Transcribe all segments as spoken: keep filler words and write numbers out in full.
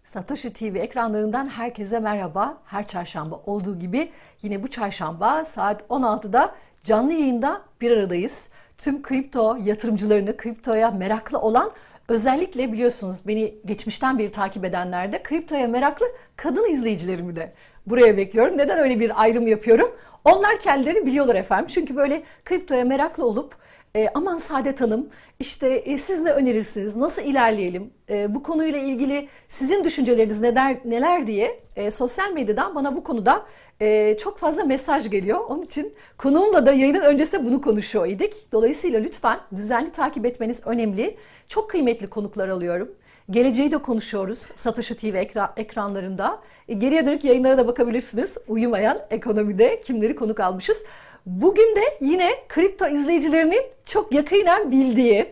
Satoshi T V ekranlarından herkese merhaba. Her çarşamba olduğu gibi yine bu çarşamba saat on altıda canlı yayında bir aradayız. Tüm kripto yatırımcılarını, kriptoya meraklı olan, özellikle biliyorsunuz beni geçmişten beri takip edenler de kriptoya meraklı kadın izleyicilerimi de buraya bekliyorum. Neden öyle bir ayrım yapıyorum? Onlar kendilerini biliyorlar efendim. Çünkü böyle kriptoya meraklı olup E, aman Saadet Hanım, işte e, siz ne önerirsiniz, nasıl ilerleyelim, e, bu konuyla ilgili sizin düşünceleriniz neler, neler diye e, sosyal medyadan bana bu konuda e, çok fazla mesaj geliyor. Onun için konuğumla da yayının öncesinde bunu konuşuyor idik. Dolayısıyla lütfen düzenli takip etmeniz önemli. Çok kıymetli konuklar alıyorum. Geleceği de konuşuyoruz Satoshi T V ekra, ekranlarında. E, geriye dönük yayınlara da bakabilirsiniz. Uyumayan ekonomide kimleri konuk almışız. Bugün de yine kripto izleyicilerinin çok yakinen bildiği,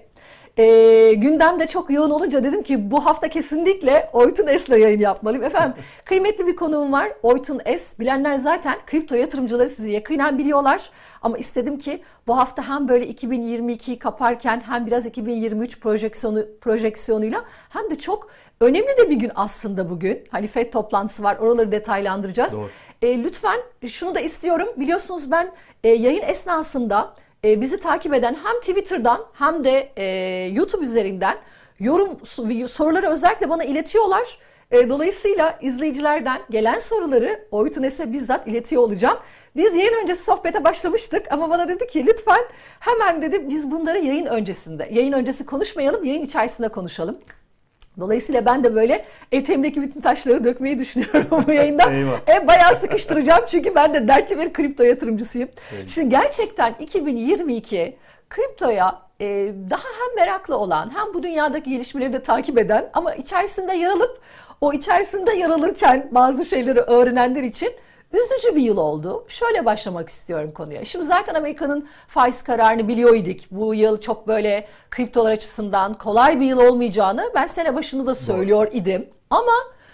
e, gündemde çok yoğun olunca dedim ki bu hafta kesinlikle Oytun Es'le yayın yapmalıyım. Efendim kıymetli bir konuğum var, Oytun Es. Bilenler zaten kripto yatırımcıları sizi yakinen biliyorlar. Ama istedim ki bu hafta hem böyle iki bin yirmi ikiyi kaparken hem biraz iki bin yirmi üç projeksiyonu, projeksiyonuyla hem de çok önemli de bir gün aslında bugün. Hani FED toplantısı var, oraları detaylandıracağız. Doğru. E, lütfen şunu da istiyorum. Biliyorsunuz ben e, yayın esnasında e, bizi takip eden hem Twitter'dan hem de e, YouTube üzerinden yorum soruları özellikle bana iletiyorlar. E, dolayısıyla izleyicilerden gelen soruları Oytun Es'e bizzat iletiyor olacağım. Biz yayın öncesi sohbete başlamıştık ama bana dedi ki lütfen hemen dedi biz bunları yayın öncesinde, yayın öncesi konuşmayalım, yayın içerisinde konuşalım. Dolayısıyla ben de böyle eteğimdeki bütün taşları dökmeyi düşünüyorum bu yayında. E, bayağı sıkıştıracağım çünkü ben de dertli bir kripto yatırımcısıyım. Evet. Şimdi gerçekten iki bin yirmi iki kriptoya e, daha hem meraklı olan hem bu dünyadaki gelişmeleri de takip eden ama içerisinde yer alıp o içerisinde yer alırken bazı şeyleri öğrenenler için üzücü bir yıl oldu. Şöyle başlamak istiyorum konuya. Şimdi zaten Amerika'nın faiz kararını biliyor idik. Bu yıl çok böyle kriptolar açısından kolay bir yıl olmayacağını ben sene başında da söylüyor idim. Ama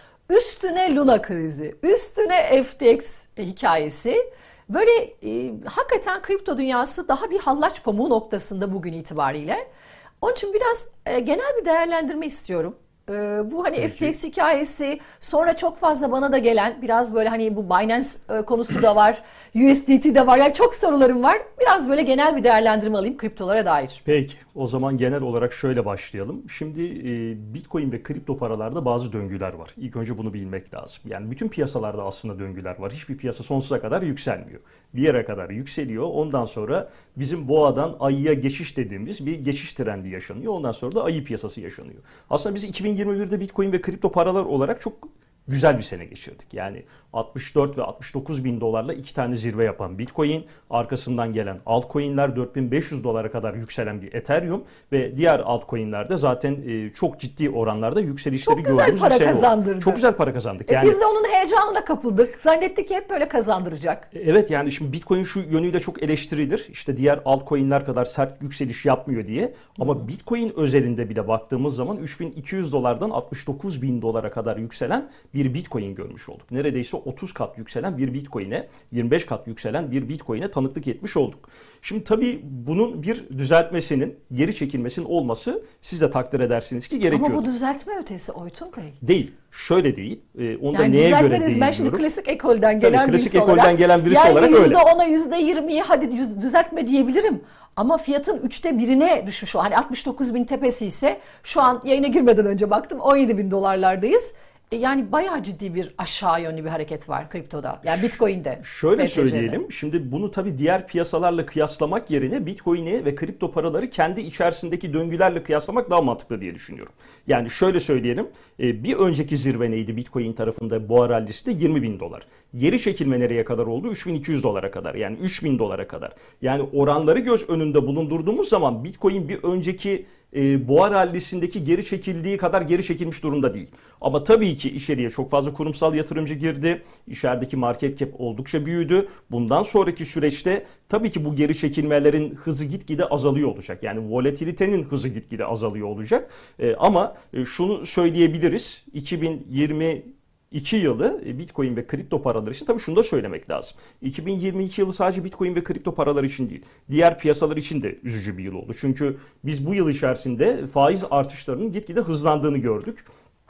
üstüne Luna krizi, üstüne F T X hikayesi böyle e, hakikaten kripto dünyası daha bir hallaç pamuğu noktasında bugün itibariyle. Onun için biraz e, genel bir değerlendirme istiyorum. Bu hani F T X hikayesi, sonra çok fazla bana da gelen biraz böyle hani bu Binance konusu da var, U S D T de var, yani çok sorularım var. Biraz böyle genel bir değerlendirme alayım kriptolara dair. Peki, o zaman genel olarak şöyle başlayalım. Şimdi Bitcoin ve kripto paralarda bazı döngüler var. İlk önce bunu bilmek lazım. Yani bütün piyasalarda aslında döngüler var. Hiçbir piyasa sonsuza kadar yükselmiyor. Bir yere kadar yükseliyor. Ondan sonra bizim boğadan ayıya geçiş dediğimiz bir geçiş trendi yaşanıyor. Ondan sonra da ayı piyasası yaşanıyor. Aslında biz iki bin yirmi birde Bitcoin ve kripto paralar olarak çok güzel bir sene geçirdik. Yani altmış dört ve altmış dokuz bin dolarla iki tane zirve yapan Bitcoin, arkasından gelen altcoin'ler dört bin beş yüz dolara kadar yükselen bir Ethereum ve diğer altcoin'lerde zaten çok ciddi oranlarda yükselişleri gördüğümüz bir sene oldu. Çok güzel para kazandırdı. Çok güzel para kazandık. Yani, e biz de onun heyecanına kapıldık. Zannettik ki hep böyle kazandıracak. Evet, yani şimdi Bitcoin şu yönüyle çok eleştirilir. İşte diğer altcoin'ler kadar sert yükseliş yapmıyor diye. Ama hmm. Bitcoin özelinde bile baktığımız zaman üç bin iki yüz dolardan altmış dokuz bin dolara kadar yükselen bir Bitcoin görmüş olduk. Neredeyse otuz kat yükselen bir Bitcoin'e, yirmi beş kat yükselen bir Bitcoin'e tanıklık etmiş olduk. Şimdi tabii bunun bir düzeltmesinin, geri çekilmesinin olması siz de takdir edersiniz ki gerekiyor. Ama bu düzeltme ötesi Oytun Bey. Değil. Şöyle değil. E, onu yani da neye göre değil ben şimdi klasik ekolden gelen tabii, birisi klasik olarak. ekolden gelen birisi yani olarak yüzde öyle. yüzde ona yüzde yirmiyi hadi düzeltme diyebilirim. Ama fiyatın üçte birine düşmüş o. Hani altmış dokuz bin tepesi ise şu an yayına girmeden önce baktım on yedi bin dolarlardayız. Yani bayağı ciddi bir aşağı yönlü bir hareket var kriptoda. Yani Bitcoin'de. Şöyle B T C'de söyleyelim. Şimdi bunu tabii diğer piyasalarla kıyaslamak yerine Bitcoin'i ve kripto paraları kendi içerisindeki döngülerle kıyaslamak daha mantıklı diye düşünüyorum. Yani şöyle söyleyelim. Bir önceki zirve neydi Bitcoin tarafında, boğa rallisi de yirmi bin dolar. Geri çekilme nereye kadar oldu? üç bin iki yüz dolara kadar. Yani üç bin dolara kadar. Yani oranları göz önünde bulundurduğumuz zaman Bitcoin bir önceki E, boğa rallisindeki geri çekildiği kadar geri çekilmiş durumda değil. Ama tabii ki içeriye çok fazla kurumsal yatırımcı girdi. İçerideki market cap oldukça büyüdü. Bundan sonraki süreçte tabii ki bu geri çekilmelerin hızı gitgide azalıyor olacak. Yani volatilitenin hızı gitgide azalıyor olacak. E, ama e, şunu söyleyebiliriz. iki bin yirmi iki yılı Bitcoin ve kripto paralar için, tabii şunu da söylemek lazım. iki bin yirmi iki yılı sadece Bitcoin ve kripto paralar için değil, diğer piyasalar için de üzücü bir yıl oldu. Çünkü biz bu yıl içerisinde faiz artışlarının gitgide hızlandığını gördük.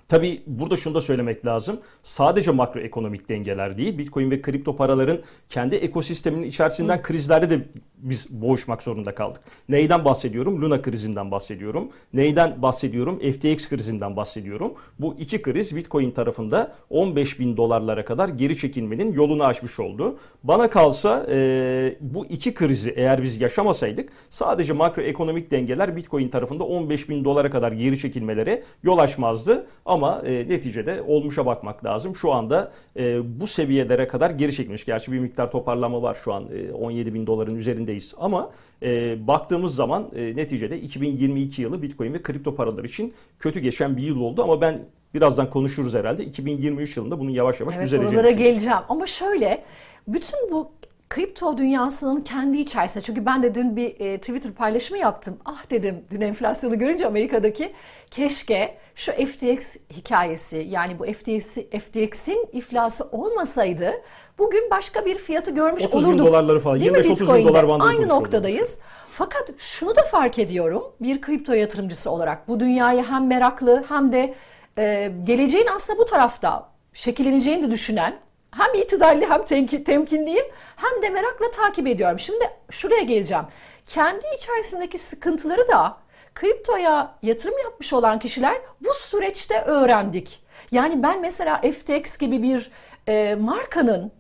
Tabii burada şunu da söylemek lazım. Sadece makroekonomik dengeler değil, Bitcoin ve kripto paraların kendi ekosisteminin içerisinden Hı. krizlerde de biz boğuşmak zorunda kaldık. Neyden bahsediyorum? Luna krizinden bahsediyorum. Neyden bahsediyorum? F T X krizinden bahsediyorum. Bu iki kriz Bitcoin tarafında on beş bin dolarlara kadar geri çekilmenin yolunu açmış oldu. Bana kalsa e, bu iki krizi eğer biz yaşamasaydık sadece makroekonomik dengeler Bitcoin tarafında on beş bin dolara kadar geri çekilmelere yol açmazdı. Ama e, neticede olmuşa bakmak lazım. Şu anda e, bu seviyelere kadar geri çekilmiş. Gerçi bir miktar toparlama var şu an e, on yedi bin doların üzerindeyiz. Ama e, baktığımız zaman e, neticede iki bin yirmi iki yılı Bitcoin ve kripto paralar için kötü geçen bir yıl oldu. Ama ben birazdan konuşuruz herhalde. iki bin yirmi üç yılında bunun yavaş yavaş evet, düzeleceğini oralara düşünüyorum. geleceğim. Ama şöyle bütün bu kripto dünyasının kendi içerisinde, çünkü ben de dün bir e, Twitter paylaşımı yaptım. Ah dedim dün enflasyonu görünce Amerika'daki, keşke şu F T X hikayesi, yani bu F T X, F T X'in iflası olmasaydı bugün başka bir fiyatı görmüş olurduk. otuz bin dolarları falan, yirmi beş otuz bin dolar bandında aynı noktadayız. Fakat şunu da fark ediyorum bir kripto yatırımcısı olarak, bu dünyayı hem meraklı hem de e, geleceğin aslında bu tarafta şekilleneceğini de düşünen, hem itidalli hem temkinliyim hem de merakla takip ediyorum. Şimdi şuraya geleceğim. Kendi içerisindeki sıkıntıları da kriptoya yatırım yapmış olan kişiler bu süreçte öğrendik. Yani ben mesela F T X gibi bir e, markanın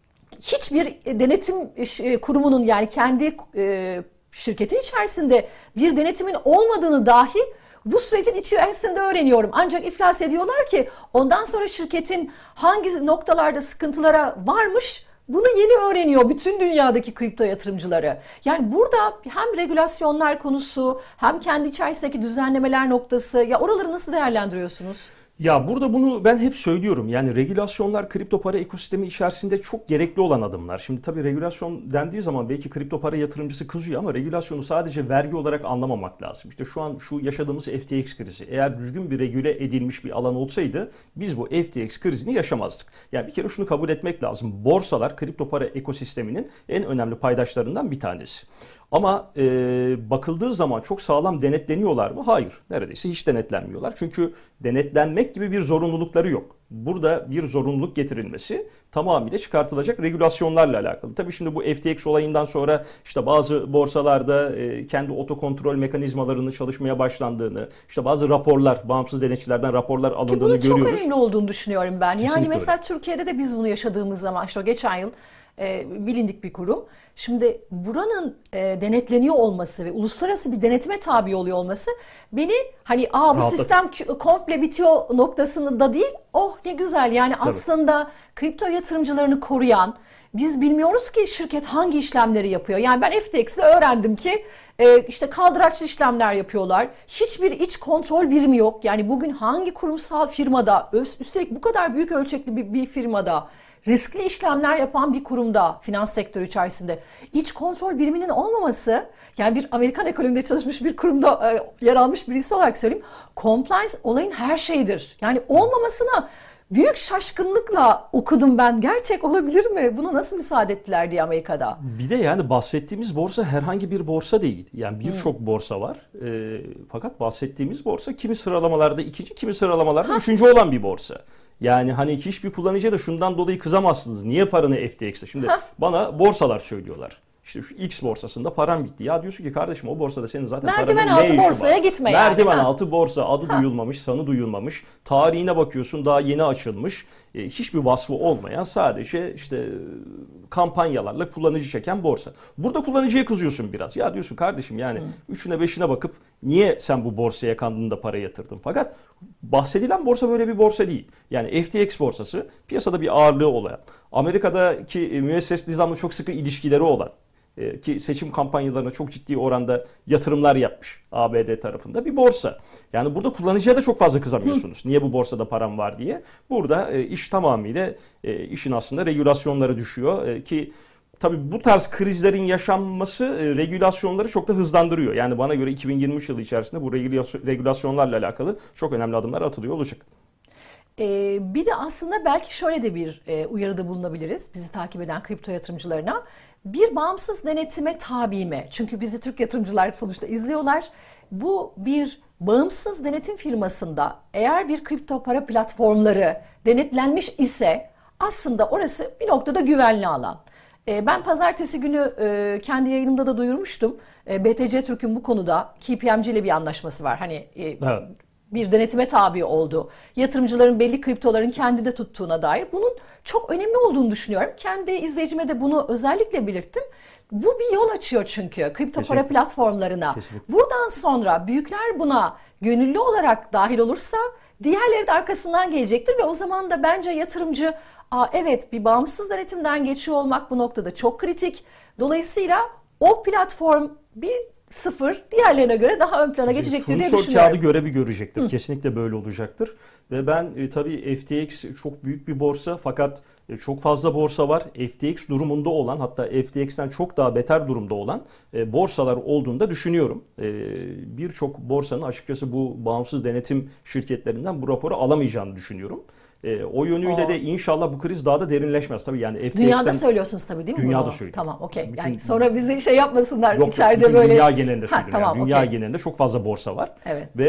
hiçbir denetim kurumunun, yani kendi e, şirketin içerisinde bir denetimin olmadığını dahi bu sürecin içerisinde öğreniyorum. Ancak iflas ediyorlar ki ondan sonra şirketin hangi noktalarda sıkıntılara varmış bunu yeni öğreniyor bütün dünyadaki kripto yatırımcıları. Yani burada hem regülasyonlar konusu hem kendi içerisindeki düzenlemeler noktası, ya oraları nasıl değerlendiriyorsunuz? Ya burada bunu ben hep söylüyorum. Yani regülasyonlar kripto para ekosistemi içerisinde çok gerekli olan adımlar. Şimdi tabii regülasyon dendiği zaman belki kripto para yatırımcısı kızıyor ama regülasyonu sadece vergi olarak anlamamak lazım. İşte şu an şu yaşadığımız F T X krizi eğer düzgün bir regüle edilmiş bir alan olsaydı biz bu F T X krizini yaşamazdık. Yani bir kere şunu kabul etmek lazım. Borsalar kripto para ekosisteminin en önemli paydaşlarından bir tanesi. Ama e, bakıldığı zaman çok sağlam denetleniyorlar mı? Hayır. Neredeyse hiç denetlenmiyorlar. Çünkü denetlenmek gibi bir zorunlulukları yok. Burada bir zorunluluk getirilmesi tamamıyla çıkartılacak regülasyonlarla alakalı. Tabii şimdi bu F T X olayından sonra işte bazı borsalarda e, kendi otokontrol mekanizmalarının çalışmaya başlandığını, işte bazı raporlar, bağımsız denetçilerden raporlar alındığını görüyoruz. Ki bunun çok önemli olduğunu düşünüyorum ben. Kesinlikle yani mesela öyle. Türkiye'de de biz bunu yaşadığımız zaman, işte o geçen yıl e, bilindik bir kurum. Şimdi buranın e, denetleniyor olması ve uluslararası bir denetime tabi oluyor olması beni hani aa bu Rahatlat. sistem komple bitiyor noktasında değil. Oh ne güzel, yani Tabii. aslında kripto yatırımcılarını koruyan, biz bilmiyoruz ki şirket hangi işlemleri yapıyor. Yani ben F T X'de öğrendim ki e, işte kaldıraçlı işlemler yapıyorlar. Hiçbir iç kontrol birimi yok. Yani bugün hangi kurumsal firmada, üstelik bu kadar büyük ölçekli bir, bir firmada, riskli işlemler yapan bir kurumda, finans sektörü içerisinde iç kontrol biriminin olmaması, yani bir Amerikan ekolünde çalışmış bir kurumda e, yer almış birisi olarak söyleyeyim, compliance olayın her şeyidir. Yani olmamasına büyük şaşkınlıkla okudum ben. Gerçek olabilir mi? Buna nasıl müsaade ettiler diye Amerika'da. Bir de yani bahsettiğimiz borsa herhangi bir borsa değil. Yani birçok hmm. borsa var. E, fakat bahsettiğimiz borsa kimi sıralamalarda ikinci, kimi sıralamalarda ha. üçüncü olan bir borsa. Yani hani hiçbir kullanıcıya da şundan dolayı kızamazsınız. Niye paranı F T X'te? Şimdi Heh. bana borsalar söylüyorlar. İşte şu X borsasında param gitti. Ya diyorsun ki kardeşim o borsada senin zaten merdiven paranın ne işi var? Merdiven altı borsaya gitme yani. Merdiven altı borsa. Adı ha. duyulmamış, sanı duyulmamış. Tarihine bakıyorsun daha yeni açılmış. E, hiçbir vasfı olmayan, sadece işte kampanyalarla kullanıcı çeken borsa. Burada kullanıcıya kızıyorsun biraz. Ya diyorsun kardeşim yani Hı. üçüne beşine bakıp niye sen bu borsaya kandın da para yatırdın? Fakat bahsedilen borsa böyle bir borsa değil. Yani F T X borsası piyasada bir ağırlığı olan, Amerika'daki müesses nizamla çok sıkı ilişkileri olan, ki seçim kampanyalarına çok ciddi oranda yatırımlar yapmış A B D tarafında bir borsa. Yani burada kullanıcıya da çok fazla kızamıyorsunuz. Hı. Niye bu borsada param var diye. Burada iş tamamıyla işin aslında regülasyonları düşüyor ki tabii bu tarz krizlerin yaşanması regülasyonları çok da hızlandırıyor. Yani bana göre iki bin yirmi üç yılı içerisinde bu regülasyonlarla alakalı çok önemli adımlar atılıyor olacak. Ee, bir de aslında belki şöyle de bir e, uyarıda bulunabiliriz bizi takip eden kripto yatırımcılarına. Bir bağımsız denetime tabi mi? Çünkü bizi Türk yatırımcılar sonuçta izliyorlar. Bu bir bağımsız denetim firmasında eğer bir kripto para platformları denetlenmiş ise aslında orası bir noktada güvenli alan. Ben pazartesi günü kendi yayınımda da duyurmuştum. B T C Türk'ün bu konuda K P M G ile bir anlaşması var. Hani evet. Bir denetime tabi oldu. Yatırımcıların belli kriptoların kendi de tuttuğuna dair. Bunun çok önemli olduğunu düşünüyorum. Kendi izleyicime de bunu özellikle belirttim. Bu bir yol açıyor çünkü kripto Kesinlikle. Para platformlarına. Kesinlikle. Buradan sonra büyükler buna gönüllü olarak dahil olursa diğerleri de arkasından gelecektir ve o zaman da bence yatırımcı Aa, evet bir bağımsız denetimden geçiyor olmak bu noktada çok kritik. Dolayısıyla o platform bir sıfır diğerlerine göre daha ön plana geçecektir diye düşünüyorum. Kağıdı görevi görecektir. Hı. Kesinlikle böyle olacaktır. Ve ben e, tabii F T X çok büyük bir borsa fakat e, çok fazla borsa var. F T X durumunda olan hatta F T X'ten çok daha beter durumda olan e, borsalar olduğunu da düşünüyorum. E, Birçok borsanın açıkçası bu bağımsız denetim şirketlerinden bu raporu alamayacağını düşünüyorum. E, o yönüyle Aa. de inşallah bu kriz daha da derinleşmez. Tabii yani F T X'ten, dünyada söylüyorsunuz tabii değil mi? Dünyada bunu? söylüyorum. Tamam, okey. Yani sonra bizi şey yapmasınlar yok, içeride yok, böyle. Dünya genelinde söylüyorum. Ha, tamam, yani. Dünya okay. genelinde çok fazla borsa var. Evet. Ve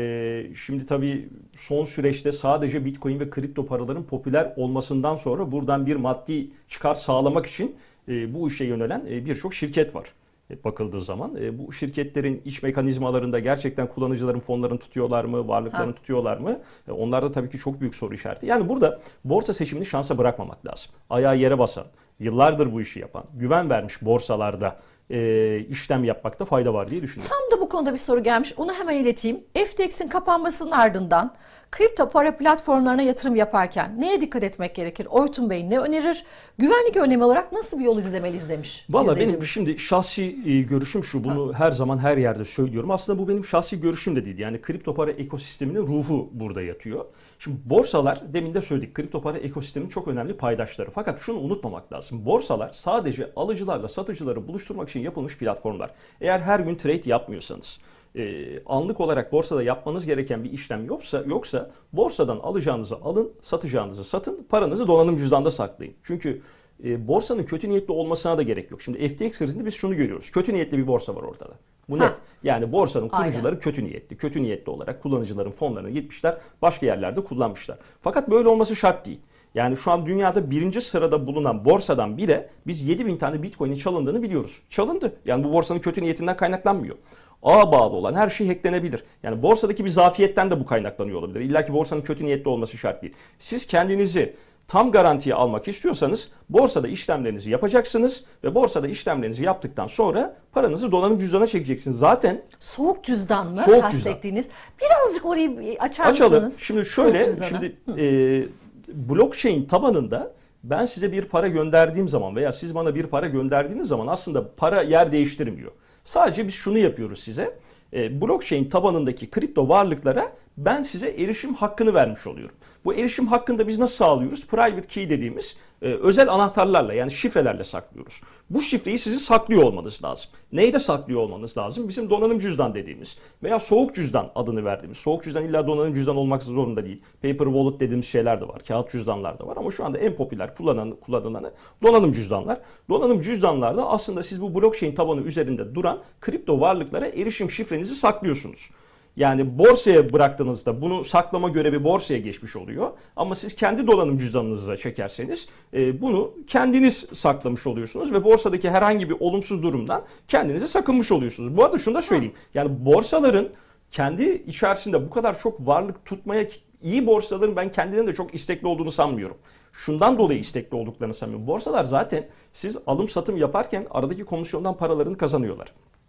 e, şimdi tabii son süreçte sadece Bitcoin ve kripto paraların popüler olmasından sonra buradan bir maddi çıkar sağlamak için e, bu işe yönelen e, birçok şirket var. Bakıldığı zaman e, bu şirketlerin iç mekanizmalarında gerçekten kullanıcıların fonlarını tutuyorlar mı, varlıklarını ha. tutuyorlar mı? E, onlar da tabii ki çok büyük soru işareti. Yani burada borsa seçimini şansa bırakmamak lazım. Ayağı yere basan, yıllardır bu işi yapan, güven vermiş borsalarda e, işlem yapmakta fayda var diye düşünüyorum. Tam da bu konuda bir soru gelmiş. Onu hemen ileteyim. F T X'in kapanmasının ardından kripto para platformlarına yatırım yaparken neye dikkat etmek gerekir? Oytun Bey ne önerir? Güvenlik önlemi olarak nasıl bir yol izlemeliyiz demiş. Valla benim şimdi şahsi e, görüşüm şu. Bunu ha. her zaman her yerde söylüyorum. Aslında bu benim şahsi görüşüm de değil. Yani kripto para ekosisteminin ruhu burada yatıyor. Şimdi borsalar demin de söyledik. Kripto para ekosisteminin çok önemli paydaşları. Fakat şunu unutmamak lazım. Borsalar sadece alıcılarla satıcıları buluşturmak için yapılmış platformlar. Eğer her gün trade yapmıyorsanız, Ee, anlık olarak borsada yapmanız gereken bir işlem yoksa yoksa borsadan alacağınızı alın, satacağınızı satın, paranızı donanım cüzdanda saklayın. Çünkü e, borsanın kötü niyetli olmasına da gerek yok. Şimdi F T X krizinde biz şunu görüyoruz. Kötü niyetli bir borsa var ortada. Bu ha. net. Yani borsanın kurucuları Aynen. kötü niyetli. Kötü niyetli olarak kullanıcıların fonlarını gitmişler, başka yerlerde kullanmışlar. Fakat böyle olması şart değil. Yani şu an dünyada birinci sırada bulunan borsadan bile biz yedi bin tane Bitcoin'in çalındığını biliyoruz. Çalındı. Yani bu borsanın kötü niyetinden kaynaklanmıyor. Ağa bağlı olan her şey hacklenebilir. Yani borsadaki bir zafiyetten de bu kaynaklanıyor olabilir. İlla ki borsanın kötü niyetli olması şart değil. Siz kendinizi tam garantiye almak istiyorsanız borsada işlemlerinizi yapacaksınız ve borsada işlemlerinizi yaptıktan sonra paranızı donanım cüzdana çekeceksiniz. Zaten soğuk cüzdan mı soğuk kastettiğiniz? Cüzdan. Birazcık orayı açar Açalım. mısınız? Şimdi şöyle, şimdi e, blockchain tabanında ben size bir para gönderdiğim zaman veya siz bana bir para gönderdiğiniz zaman aslında para yer değiştirmiyor. Sadece biz şunu yapıyoruz size. E, blockchain tabanındaki kripto varlıklara ben size erişim hakkını vermiş oluyorum. Bu erişim hakkını da biz nasıl sağlıyoruz? Private key dediğimiz e, özel anahtarlarla yani şifrelerle saklıyoruz. Bu şifreyi sizin saklıyor olmanız lazım. Neyde saklıyor olmanız lazım? Bizim donanım cüzdan dediğimiz veya soğuk cüzdan adını verdiğimiz. Soğuk cüzdan illa donanım cüzdan olmak zorunda değil. Paper wallet dediğimiz şeyler de var. Kağıt cüzdanlar da var ama şu anda en popüler kullanan, kullanılanı donanım cüzdanlar. Donanım cüzdanlarda aslında siz bu blockchain tabanı üzerinde duran kripto varlıklara erişim şifrenizi saklıyorsunuz. Yani borsaya bıraktığınızda bunu saklama görevi borsaya geçmiş oluyor. Ama siz kendi donanım cüzdanınıza çekerseniz e, bunu kendiniz saklamış oluyorsunuz ve borsadaki herhangi bir olumsuz durumdan kendinize sakınmış oluyorsunuz. Bu arada şunu da söyleyeyim. Yani borsaların kendi içerisinde bu kadar çok varlık tutmaya iyi borsaların ben kendilerinin de çok istekli olduğunu sanmıyorum. Şundan dolayı istekli olduklarını sanmıyorum. Borsalar zaten siz alım satım yaparken aradaki komisyondan paralarını kazanıyorlar.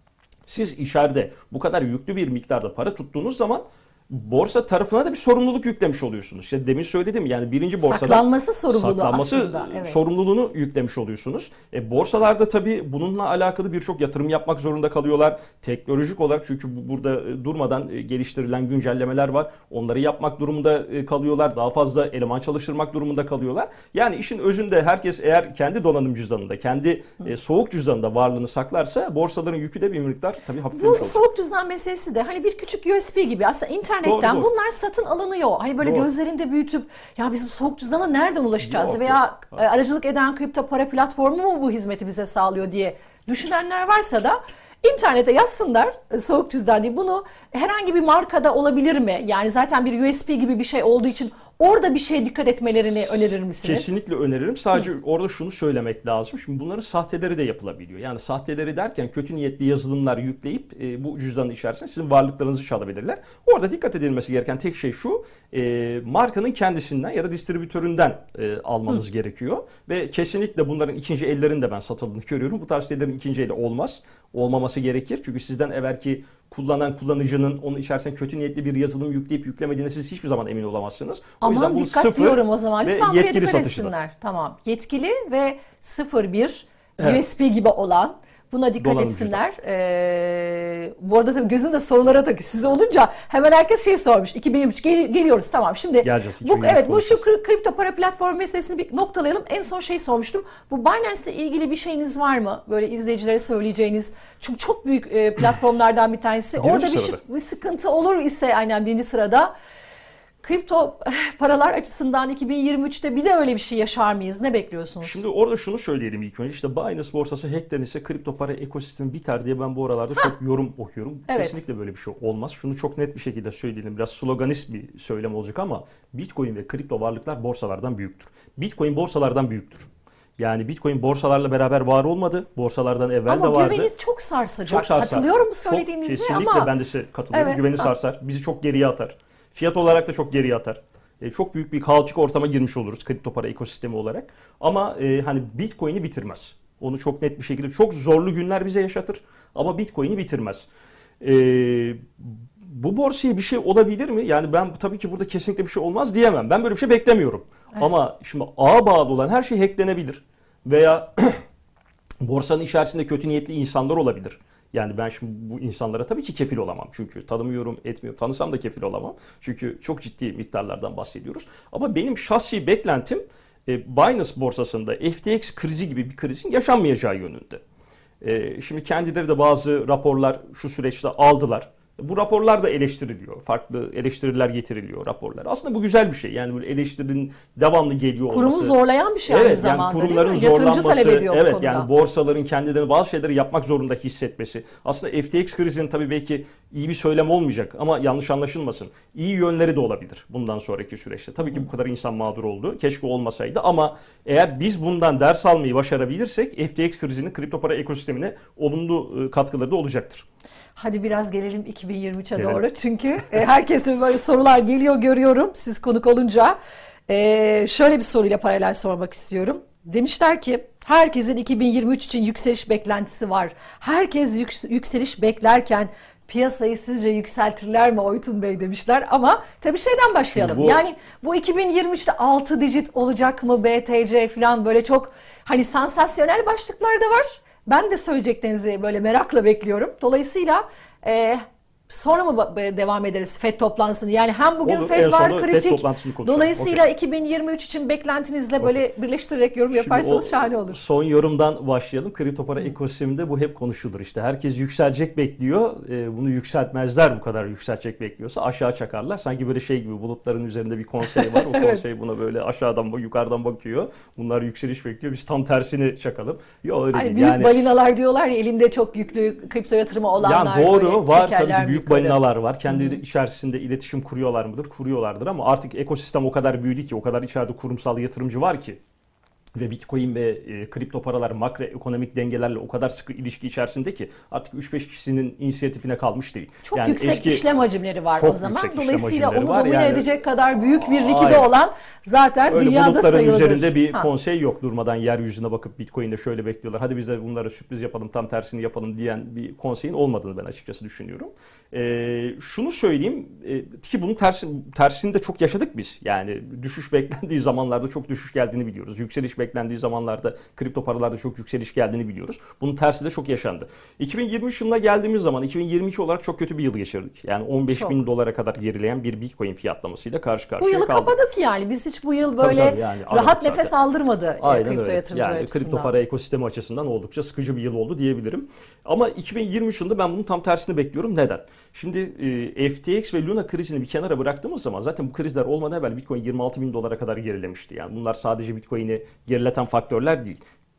Siz içeride bu kadar yüklü bir miktarda para tuttuğunuz zaman borsa tarafına da bir sorumluluk yüklemiş oluyorsunuz. İşte demin söyledim yani birinci borsada saklanması sorumluluğu saklanması aslında. Evet. sorumluluğunu yüklemiş oluyorsunuz. E, borsalarda tabii bununla alakalı birçok yatırım yapmak zorunda kalıyorlar. Teknolojik olarak çünkü bu, burada e, durmadan e, geliştirilen güncellemeler var. Onları yapmak durumunda e, kalıyorlar. Daha fazla eleman çalıştırmak durumunda kalıyorlar. Yani işin özünde herkes eğer kendi donanım cüzdanında, kendi e, soğuk cüzdanında varlığını saklarsa borsaların yükü de bir miktar tabii hafiflemiş bu olacak. Bu soğuk cüzdan meselesi de hani bir küçük U S B gibi aslında internet İnternetten doğru, doğru. bunlar satın alınıyor. Hani böyle doğru. gözlerinde büyütüp ya bizim soğuk cüzdana nereden ulaşacağız? Yok, Veya yok. aracılık eden kripto para platformu mu bu hizmeti bize sağlıyor diye düşünenler varsa da İnternete yazsınlar e, soğuk cüzdan diye. Bunu herhangi bir markada olabilir mi? Yani zaten bir U S B gibi bir şey olduğu için orada bir şeye dikkat etmelerini önerir misiniz? Kesinlikle öneririm. Sadece Hı. orada şunu söylemek lazım. Şimdi bunların sahteleri de yapılabiliyor. Yani sahteleri derken kötü niyetli yazılımlar yükleyip e, bu cüzdanın içerisinde sizin varlıklarınızı çalabilirler. Orada dikkat edilmesi gereken tek şey şu. E, markanın kendisinden ya da distribütöründen e, almanız Hı. gerekiyor. Ve kesinlikle bunların ikinci ellerini de ben satıldığını görüyorum. Bu tarz şeylerin ikinci eli olmaz. Olmaması gerekir. Çünkü sizden evvelki kullanan kullanıcının onun içerisine kötü niyetli bir yazılım yükleyip yüklemediğine siz hiçbir zaman emin olamazsınız. Aman dikkat diyorum o zaman. Lütfen buraya dikkat etsinler. Tamam. Yetkili ve sıfır bir evet. U S B gibi olan buna dikkat Dolanımcıda. etsinler. Ee, bu arada tabii gözüm de sorulara takıyor. Siz olunca hemen herkes şey sormuş. iki bin yirmi üç gel- geliyoruz tamam. Şimdi bu evet bu şu kripto para platformu meselesini bir noktalayalım. En son şey sormuştum. Bu Binance'le ilgili bir şeyiniz var mı? Böyle izleyicilere söyleyeceğiniz. Çünkü çok büyük e, platformlardan bir tanesi. Orada bir, bir sıkıntı olur ise aynen birinci sırada. Kripto paralar açısından iki bin yirmi üçte bir de öyle bir şey yaşar mıyız? Ne bekliyorsunuz? Şimdi orada şunu söyleyelim ilk önce. İşte Binance borsası hacklenirse kripto para ekosistemi biter diye ben bu aralarda ha. çok yorum okuyorum. Evet. Kesinlikle böyle bir şey olmaz. Şunu çok net bir şekilde söyleyelim. Biraz sloganist bir söylem olacak ama Bitcoin ve kripto varlıklar borsalardan büyüktür. Bitcoin borsalardan büyüktür. Yani Bitcoin borsalarla beraber var olmadı. Borsalardan evvel ama de vardı. Ama güveniz çok sarsacak. Çok sarsar. Katılıyorum bu söylediğinize kesinlikle ama. Kesinlikle ben de size katılıyorum. Evet. Güveni ha. sarsar. Bizi çok geriye atar. Fiyat olarak da çok geriye atar. E, çok büyük bir kaotik ortama girmiş oluruz kripto para ekosistemi olarak. Ama e, hani Bitcoin'i bitirmez. Onu çok net bir şekilde çok zorlu günler bize yaşatır ama Bitcoin'i bitirmez. E, bu borsaya bir şey olabilir mi? Yani ben tabii ki burada kesinlikle bir şey olmaz diyemem. Ben böyle bir şey beklemiyorum. Evet. Ama şimdi ağa bağlı olan her şey hacklenebilir. Veya borsanın içerisinde kötü niyetli insanlar olabilir. Yani ben şimdi bu insanlara tabii ki kefil olamam. Çünkü tanımıyorum, etmiyorum. Tanısam da kefil olamam. Çünkü çok ciddi miktarlardan bahsediyoruz. Ama benim şahsi beklentim Binance borsasında F T X krizi gibi bir krizin yaşanmayacağı yönünde. Şimdi kendileri de bazı raporlar şu süreçte aldılar. Bu raporlar da eleştiriliyor. Farklı eleştiriler getiriliyor raporlar. Aslında bu güzel bir şey. Yani böyle eleştirinin devamlı geliyor olması. Kurumu zorlayan bir şey evet, aynı zamanda yani kurumların değil mi? Yatırımcı zorlanması, talep ediyor evet, bu yani borsaların kendilerini bazı şeyleri yapmak zorunda hissetmesi. Aslında F T X krizinin tabii belki iyi bir söylem olmayacak ama yanlış anlaşılmasın. İyi yönleri de olabilir bundan sonraki süreçte. Tabii ki bu kadar insan mağdur oldu. Keşke olmasaydı ama eğer biz bundan ders almayı başarabilirsek F T X krizinin kripto para ekosistemine olumlu katkıları da olacaktır. Hadi biraz gelelim iki bin yirmi üçe doğru. Çünkü herkesin böyle sorular geliyor görüyorum siz konuk olunca. Ee, şöyle bir soruyla paralel sormak istiyorum. Demişler ki herkesin iki bin yirmi üç için yükseliş beklentisi var. Herkes yük- yükseliş beklerken piyasayı sizce yükseltirler mi Oytun Bey demişler. Ama tabii şeyden başlayalım. Bu... Yani bu iki bin yirmi üçte altı dijit olacak mı B T C falan böyle çok hani sansasyonel başlıklar da var. Ben de söyleyeceklerinizi böyle merakla bekliyorum. Dolayısıyla e, sonra mı devam ederiz F E D toplantısını? Yani hem bugün Olur, F E D var kritik. Dolayısıyla okay. iki bin yirmi üç için beklentinizle okay. böyle birleştirerek yorum yaparsanız şahane olur. Son yorumdan başlayalım. Kripto para ekosisteminde bu hep konuşulur işte. Herkes yükselecek bekliyor. E, bunu yükseltmezler bu kadar yükselecek bekliyorsa aşağı çakarlar. Sanki böyle şey gibi bulutların üzerinde bir konsey var. O evet. konsey buna böyle aşağıdan yukarıdan bakıyor. Bunlar yükseliş bekliyor. Biz tam tersini çakalım. Yok öyle hani değil. Büyük yani, balinalar diyorlar ya elinde çok yüklü kripto yatırımı olanlar. Yani doğru var tabii ki büyük yukarı. balinalar var. Kendileri hmm. içerisinde iletişim kuruyorlar mıdır? Kuruyorlardır ama artık ekosistem o kadar büyüdü ki, o kadar içeride kurumsal yatırımcı var ki ve Bitcoin ve e, kripto paralar makroekonomik dengelerle o kadar sıkı ilişki içerisinde ki artık üç beş kişinin inisiyatifine kalmış değil. Çok yani yüksek eski, işlem hacimleri var o zaman. Dolayısıyla onu domine yani, edecek kadar büyük bir likide aynen. olan zaten öyle dünyada sayılır. Bulutların üzerinde bir ha. konsey yok. Durmadan yeryüzüne bakıp Bitcoin'de şöyle bekliyorlar. Hadi biz de bunlara sürpriz yapalım, tam tersini yapalım diyen bir konseyin olmadığını ben açıkçası düşünüyorum. Ee, şunu söyleyeyim e, ki bunun tersi, tersini de çok yaşadık biz. Yani düşüş beklendiği zamanlarda çok düşüş geldiğini biliyoruz. Yükseliş beklendiği zamanlarda kripto paralarda çok yükseliş geldiğini biliyoruz. Bunun tersi de çok yaşandı. iki bin yirmi üç yılına geldiğimiz zaman iki bin yirmi iki olarak çok kötü bir yıl geçirdik. Yani on beş bin dolara kadar gerileyen bir Bitcoin fiyatlamasıyla karşı karşıya kaldık. Bu yılı kapadık yani. Biz hiç bu yıl böyle tabii, tabii yani, rahat nefes zaten. aldırmadı Aynen kripto öyle. yatırımcılar yani, açısından. Kripto para ekosistemi açısından oldukça sıkıcı bir yıl oldu diyebilirim. Ama iki bin yirmi üç yılında ben bunun tam tersini bekliyorum. Neden? Şimdi e, F T X ve Luna krizini bir kenara bıraktığımız zaman zaten bu krizler olmadan evvel Bitcoin yirmi altı bin dolara kadar gerilemişti. Yani bunlar sadece Bitcoin'i gerileten faktörler değil.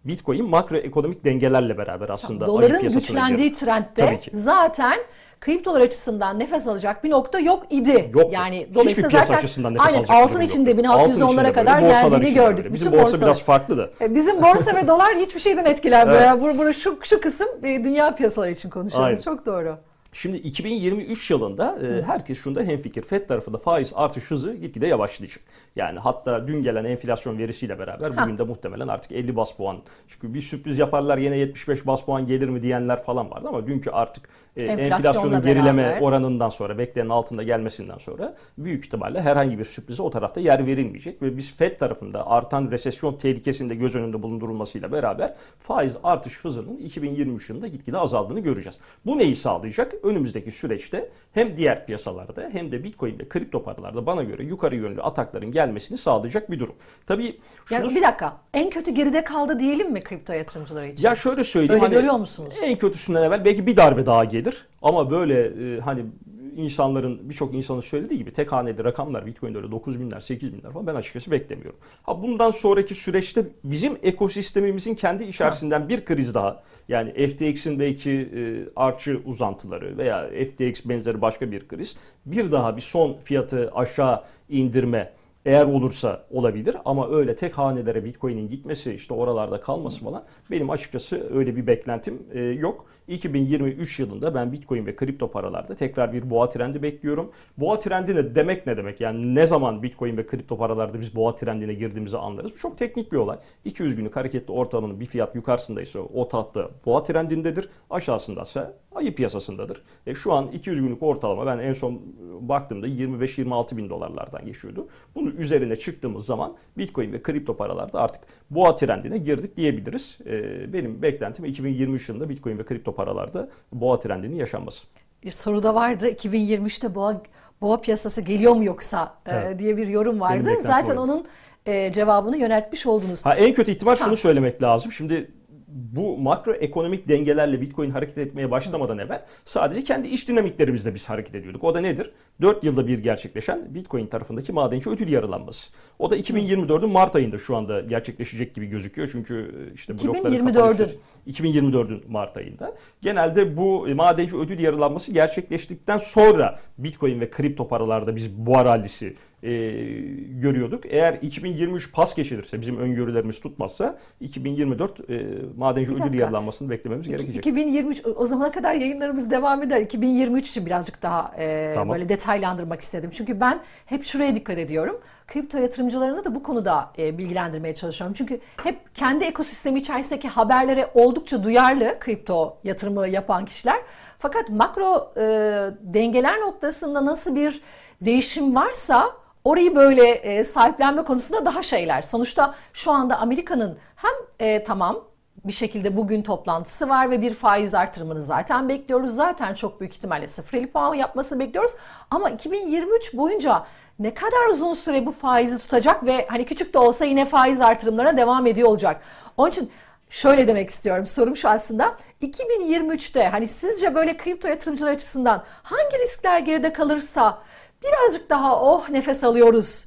Bitcoin makroekonomik dengelerle beraber aslında ayı doların piyasasına güçlendiği girdi. trendde zaten kriptolar açısından nefes alacak bir nokta yok idi. Yok. Yani Hiçbir dolayısıyla piyasa zaten açısından nefes aynen alacak altın durum içinde yok. bin altı yüz Altın onlara içinde kadar böyle, borsalar geldiğini içinde gördük. böyle. Bizim Bütün borsa borsalar. biraz farklı da. E, Bizim borsa ve dolar hiçbir şeyden etkilenmiyor. Evet. Yani bu, bu şu, şu kısım e, dünya piyasaları için konuşuyoruz. Aynen. Çok doğru. Şimdi iki bin yirmi üç yılında e, herkes şunda hemfikir. Fed tarafında faiz artış hızı gitgide yavaşlayacak. Yani hatta dün gelen enflasyon verisiyle beraber Ha. bugün de muhtemelen artık elli bas puan. Çünkü bir sürpriz yaparlar yine yetmiş beş bas puan gelir mi diyenler falan vardı ama dünkü artık e, Enflasyonla enflasyonun gerileme beraber. oranından sonra, beklenenin altında gelmesinden sonra büyük ihtimalle herhangi bir sürprize o tarafta yer verilmeyecek ve biz Fed tarafında artan resesyon tehlikesini de göz önünde bulundurulmasıyla beraber faiz artış hızının iki bin yirmi üç yılında gitgide azaldığını göreceğiz. Bu neyi sağlayacak? Önümüzdeki süreçte hem diğer piyasalarda hem de Bitcoin ve kripto paralarda bana göre yukarı yönlü atakların gelmesini sağlayacak bir durum. Tabii şunu... Yani bir dakika. En kötü geride kaldı diyelim mi kripto yatırımcıları için? Ya şöyle söyleyeyim. Öyle hani görüyor musunuz? En kötüsünden evvel belki bir darbe daha gelir. Ama böyle e, hani insanların, birçok insanın söylediği gibi tek haneli rakamlar Bitcoin'de öyle dokuz binler, sekiz binler falan ben açıkçası beklemiyorum. Ha bundan sonraki süreçte bizim ekosistemimizin kendi içerisinden ha. bir kriz daha, yani F T X'in belki e, artçı uzantıları veya F T X benzeri başka bir kriz, bir daha bir son fiyatı aşağı indirme eğer olursa olabilir ama öyle tek hanelere Bitcoin'in gitmesi, işte oralarda kalması falan benim açıkçası öyle bir beklentim e, yok. iki bin yirmi üç yılında ben Bitcoin ve kripto paralarda tekrar bir boğa trendi bekliyorum. Boğa trendi ne demek ne demek? Yani ne zaman Bitcoin ve kripto paralarda biz boğa trendine girdiğimizi anlarız. Bu çok teknik bir olay. iki yüz günlük hareketli ortalamanın bir fiyat yukarısındaysa o tahta boğa trendindedir. Aşağısındaysa ayı piyasasındadır. E, şu an iki yüz günlük ortalama ben en son baktığımda yirmi beş yirmi altı bin dolarlardan geçiyordu. Bunu üzerine çıktığımız zaman Bitcoin ve kripto paralarda artık boğa trendine girdik diyebiliriz. Ee, benim beklentim iki bin yirmi üç yılında Bitcoin ve kripto paralarda boğa trendinin yaşanması. Bir soru da vardı. iki bin yirmi üçte boğa, boğa piyasası geliyor mu yoksa Evet. e, diye bir yorum vardı. beklentim Zaten oydu. onun e, cevabını yöneltmiş oldunuz. Ha, en kötü ihtimal şunu Ha. söylemek lazım. Şimdi bu makroekonomik dengelerle Bitcoin hareket etmeye başlamadan evvel sadece kendi iç dinamiklerimizle biz hareket ediyorduk. O da nedir? dört yılda bir gerçekleşen Bitcoin tarafındaki madenci ödül yarılanması. O da iki bin yirmi dördün Mart ayında şu anda gerçekleşecek gibi gözüküyor. Çünkü işte blokları iki bin yirmi dördün. kapanış- iki bin yirmi dörtün Mart ayında. Genelde bu madenci ödül yarılanması gerçekleştikten sonra Bitcoin ve kripto paralarda biz boğa rallisi e, görüyorduk. Eğer iki bin yirmi üç pas geçilirse, bizim öngörülerimiz tutmazsa iki bin yirmi dört e, madenci Bir ödül dakika. yarılanmasını beklememiz gerekecek. iki bin yirmi üç o zamana kadar yayınlarımız devam eder. iki bin yirmi üç için birazcık daha e, Tamam. böyle detaylandırmak istedim. Çünkü ben hep şuraya dikkat ediyorum. Kripto yatırımcılarını da bu konuda e, bilgilendirmeye çalışıyorum. Çünkü hep kendi ekosistemi içerisindeki haberlere oldukça duyarlı kripto yatırımı yapan kişiler. Fakat makro e, dengeler noktasında nasıl bir değişim varsa orayı böyle e, sahiplenme konusunda daha şeyler. Sonuçta şu anda Amerika'nın hem e, tamam bir şekilde bugün toplantısı var ve bir faiz artırımını zaten bekliyoruz. Zaten çok büyük ihtimalle sıfır elli puan yapmasını bekliyoruz. Ama iki bin yirmi üç boyunca ne kadar uzun süre bu faizi tutacak ve hani küçük de olsa yine faiz artırımlarına devam ediyor olacak. Onun için şöyle demek istiyorum. Sorum şu aslında. iki bin yirmi üçte hani sizce böyle kripto yatırımcılar açısından hangi riskler geride kalırsa birazcık daha oh nefes alıyoruz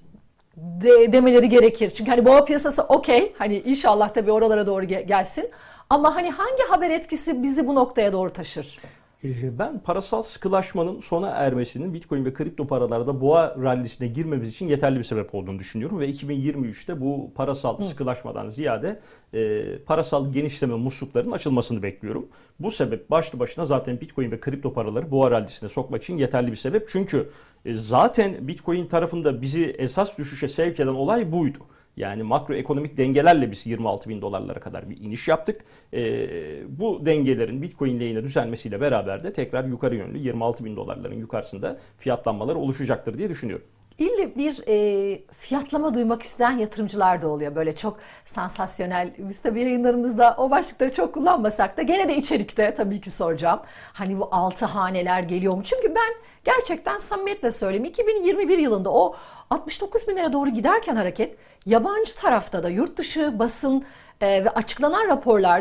de, demeleri gerekir. Çünkü hani boğa piyasası okey. Hani inşallah tabii oralara doğru gel- gelsin. Ama hani hangi haber etkisi bizi bu noktaya doğru taşır? Ben parasal sıkılaşmanın sona ermesinin Bitcoin ve kripto paralarda boğa rallisine girmemiz için yeterli bir sebep olduğunu düşünüyorum. Ve iki bin yirmi üçte bu parasal Hı. sıkılaşmadan ziyade e, parasal genişleme musluklarının açılmasını bekliyorum. Bu sebep başlı başına zaten Bitcoin ve kripto paraları boğa rallisine sokmak için yeterli bir sebep. Çünkü e, zaten Bitcoin tarafında bizi esas düşüşe sevk eden olay buydu. Yani makroekonomik dengelerle biz yirmi altı bin dolarlara kadar bir iniş yaptık. Ee, bu dengelerin Bitcoin lehine düzelmesiyle beraber de tekrar yukarı yönlü yirmi altı bin dolarların yukarısında fiyatlanmalar oluşacaktır diye düşünüyorum. İlle bir e, fiyatlama duymak isteyen yatırımcılar da oluyor. Böyle çok sansasyonel. Biz tabii yayınlarımızda o başlıkları çok kullanmasak da gene de içerikte tabii ki soracağım. Hani bu altı haneler geliyor mu? Çünkü ben gerçekten samimiyetle söyleyeyim. iki bin yirmi bir yılında o altmış dokuz bin lira doğru giderken hareket yabancı tarafta da yurt dışı basın e, ve açıklanan raporlarda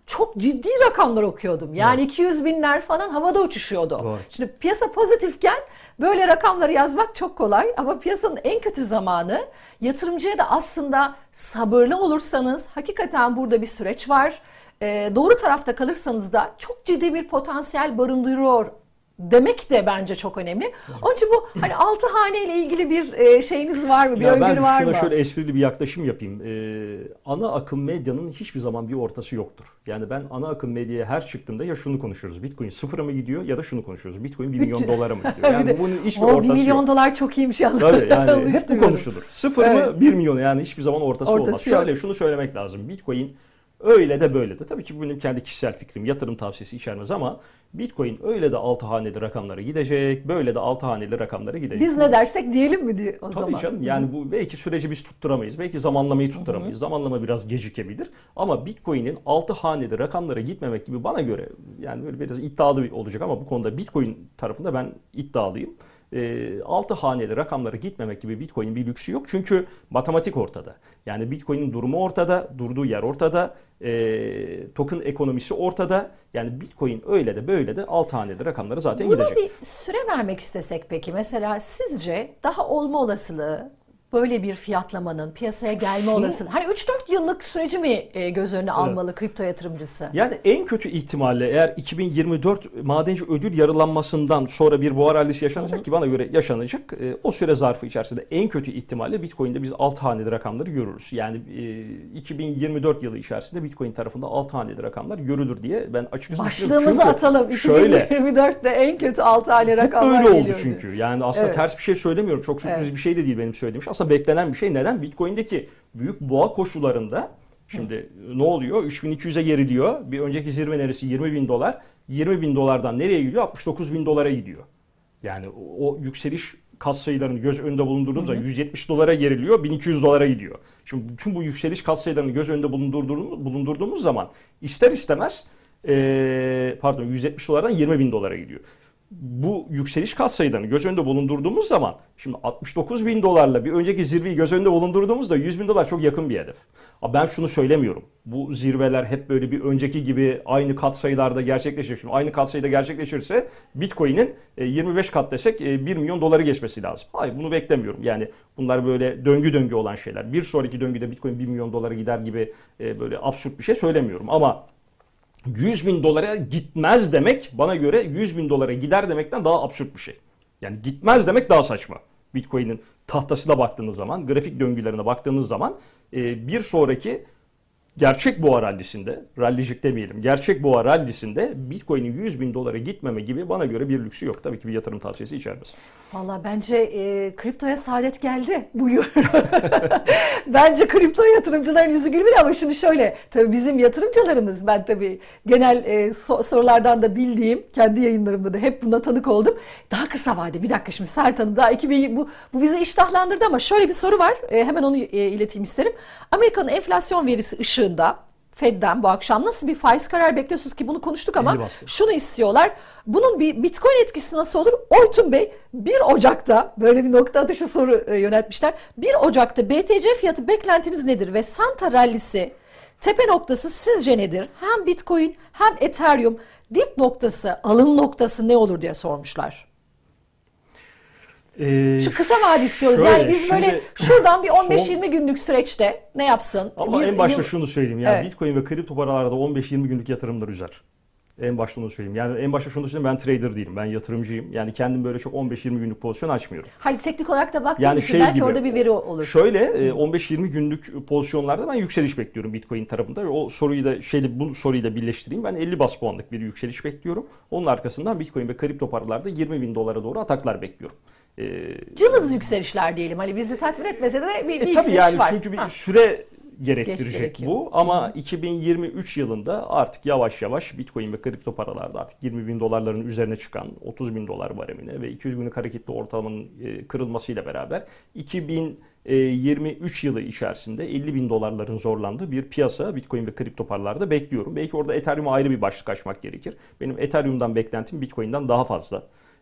çok ciddi rakamlar okuyordum. Yani evet. iki yüz binler falan havada uçuşuyordu. Doğru. Şimdi piyasa pozitifken böyle rakamları yazmak çok kolay ama piyasanın en kötü zamanı, yatırımcıya da aslında sabırlı olursanız hakikaten burada bir süreç var. Ee, doğru tarafta kalırsanız da çok ciddi bir potansiyel barındırıyor demek de bence çok önemli. Evet. Onun için bu hani altı hane ile ilgili bir e, şeyiniz var mı? Bir öngörü var mı? Ben şuna şöyle esprili bir yaklaşım yapayım. Ee, ana akım medyanın hiçbir zaman bir ortası yoktur. Yani ben ana akım medyaya her çıktığımda ya şunu konuşuyoruz. Bitcoin sıfıra mı gidiyor ya da şunu konuşuyoruz. Bitcoin bir milyon dolara mı gidiyor? Yani de, bunun hiçbir ortası yok. bir milyon dolar çok iyiymiş yalnız. Tabii yani hep bu konuşulur. Sıfır evet. mı bir milyon, yani hiçbir zaman ortası, ortası olmaz. Yok. Şöyle şunu söylemek lazım. Bitcoin öyle de böyle de. Tabii ki bu benim kendi kişisel fikrim. Yatırım tavsiyesi içermez ama Bitcoin öyle de altı haneli rakamlara gidecek, böyle de altı haneli rakamlara gidecek. Biz ne dersek diyelim mi diye o Tabii zaman. Tabii canım, yani bu belki süreci biz tutturamayız. Belki zamanlamayı tutturamayız. Hı hı. Zamanlama biraz gecikebilir. Ama Bitcoin'in altı haneli rakamlara gitmemek gibi bana göre, yani böyle biraz iddialı olacak ama bu konuda Bitcoin tarafında ben iddialıyım. E, altı haneli rakamlara gitmemek gibi Bitcoin'in bir lüksü yok. Çünkü matematik ortada. Yani Bitcoin'in durumu ortada, durduğu yer ortada, e, token ekonomisi ortada. Yani Bitcoin öyle de böyle de altı haneli rakamlara zaten Buna gidecek. Buna bir süre vermek istesek peki, mesela sizce daha olma olasılığı, böyle bir fiyatlamanın piyasaya gelme olasılığı, hani üç dört yıllık süreci mi göz önüne almalı evet. kripto yatırımcısı? Yani en kötü ihtimalle eğer iki bin yirmi dört madenci ödül yarılanmasından sonra bir boğa rallisi yaşanacak, hı hı. ki bana göre yaşanacak. O süre zarfı içerisinde en kötü ihtimalle Bitcoin'de biz altı haneli rakamları görürüz. Yani iki bin yirmi dört yılı içerisinde Bitcoin tarafında altı haneli rakamlar görülür diye ben açıkçası başlığımızı atalım. Şöyle, iki bin yirmi dörtte en kötü altı haneli rakamlar geliyor. Öyle oldu geliyordu. çünkü. Yani aslında evet. ters bir şey söylemiyorum. Çok sürpriz evet. bir şey de değil benim söylediğim şey. Aslında beklenen bir şey. Neden? Bitcoin'deki büyük boğa koşullarında şimdi Hı. ne oluyor? üç bin iki yüze geriliyor. Bir önceki zirve neresi? yirmi bin dolar. yirmi bin dolardan nereye gidiyor? altmış dokuz bin dolara gidiyor. Yani o yükseliş katsayılarını göz önünde bulundurduğumuzda yüz yetmiş dolara geriliyor, bin iki yüz dolara gidiyor. Şimdi bütün bu yükseliş katsayılarını göz önünde bulundurduğumuz, bulundurduğumuz zaman ister istemez ee, pardon yüz yetmiş dolardan yirmi bin dolara gidiyor. Bu yükseliş katsayılarını göz önünde bulundurduğumuz zaman şimdi altmış dokuz bin dolarla bir önceki zirveyi göz önünde bulundurduğumuzda yüz bin dolar çok yakın bir hedef. Ama ben şunu söylemiyorum. Bu zirveler hep böyle bir önceki gibi aynı katsayılarda gerçekleşecek. Şimdi aynı katsayıda gerçekleşirse Bitcoin'in yirmi beş kat desek bir milyon doları geçmesi lazım. Hayır, bunu beklemiyorum. Yani bunlar böyle döngü döngü olan şeyler. Bir sonraki döngüde Bitcoin bir milyon dolara gider gibi böyle absürt bir şey söylemiyorum. Ama yüz bin dolara gitmez demek bana göre yüz bin dolara gider demekten daha absürt bir şey. Yani gitmez demek daha saçma. Bitcoin'in tahtasına baktığınız zaman, grafik döngülerine baktığınız zaman bir sonraki gerçek boğa rallisinde, rallicik demeyelim, gerçek boğa rallisinde Bitcoin'in yüz bin dolara gitmeme gibi bana göre bir lüksü yok. Tabii ki bir yatırım tavsiyesi içermez. Valla bence e, kriptoya saadet geldi bu yıl. Bence kripto yatırımcıların yüzü gülmüyor ama şimdi şöyle, tabii bizim yatırımcılarımız, ben tabii genel e, so- sorulardan da bildiğim, kendi yayınlarımda da hep buna tanık oldum. Daha kısa vade, bir dakika şimdi Sait Hanım daha iki bin, bu, bu bizi iştahlandırdı ama şöyle bir soru var, e, hemen onu e, ileteyim isterim. Amerika'nın enflasyon verisi ışığında Fed'den bu akşam nasıl bir faiz kararı bekliyorsunuz ki bunu konuştuk ama şunu istiyorlar. Bunun bir Bitcoin etkisi nasıl olur? Oytun Bey bir Ocak'ta böyle bir nokta atışı soru e, yöneltmişler. bir Ocak'ta B T C fiyatı beklentiniz nedir ve Santa rallisi tepe noktası sizce nedir? Hem Bitcoin hem Ethereum dip noktası, alım noktası ne olur diye sormuşlar. Ee, Şu kısa vade istiyoruz. Şöyle, yani biz böyle şuradan bir on beş yirmi günlük süreçte ne yapsın? Ama bir, en başta yıl... şunu söyleyeyim. Yani evet. Bitcoin ve kripto paralarda on beş yirmi günlük yatırımlar üzer. En başta onu söyleyeyim. Yani en başta şunu söyleyeyim, ben trader değilim. Ben yatırımcıyım. Yani kendim böyle çok on beş yirmi günlük pozisyon açmıyorum. Hayır, teknik olarak da baktığınız yani için şey belki gibi, orada bir veri olur. Şöyle on beş yirmi günlük pozisyonlarda ben yükseliş bekliyorum Bitcoin tarafında. O soruyu da şeyle bu soruyu da birleştireyim. Ben elli bas puanlık bir yükseliş bekliyorum. Onun arkasından Bitcoin ve kripto paralarda yirmi bin dolara doğru ataklar bekliyorum. Ee, Cılız yükselişler diyelim. Hani bizi tatmin etmese de bir, bir e, yükseliş yani var. Çünkü bir ha. süre gerektirecek bu. Ama Hı. iki bin yirmi üç yılında artık yavaş yavaş Bitcoin ve kripto paralarda artık yirmi bin dolarların üzerine çıkan otuz bin dolar baremine ve iki yüz günlük hareketli ortalamanın kırılmasıyla beraber iki bin yirmi üç yılı içerisinde elli bin dolarların zorlandığı bir piyasa Bitcoin ve kripto paralarda bekliyorum. Belki orada Ethereum'a ayrı bir başlık açmak gerekir. Benim Ethereum'dan beklentim Bitcoin'den daha fazla.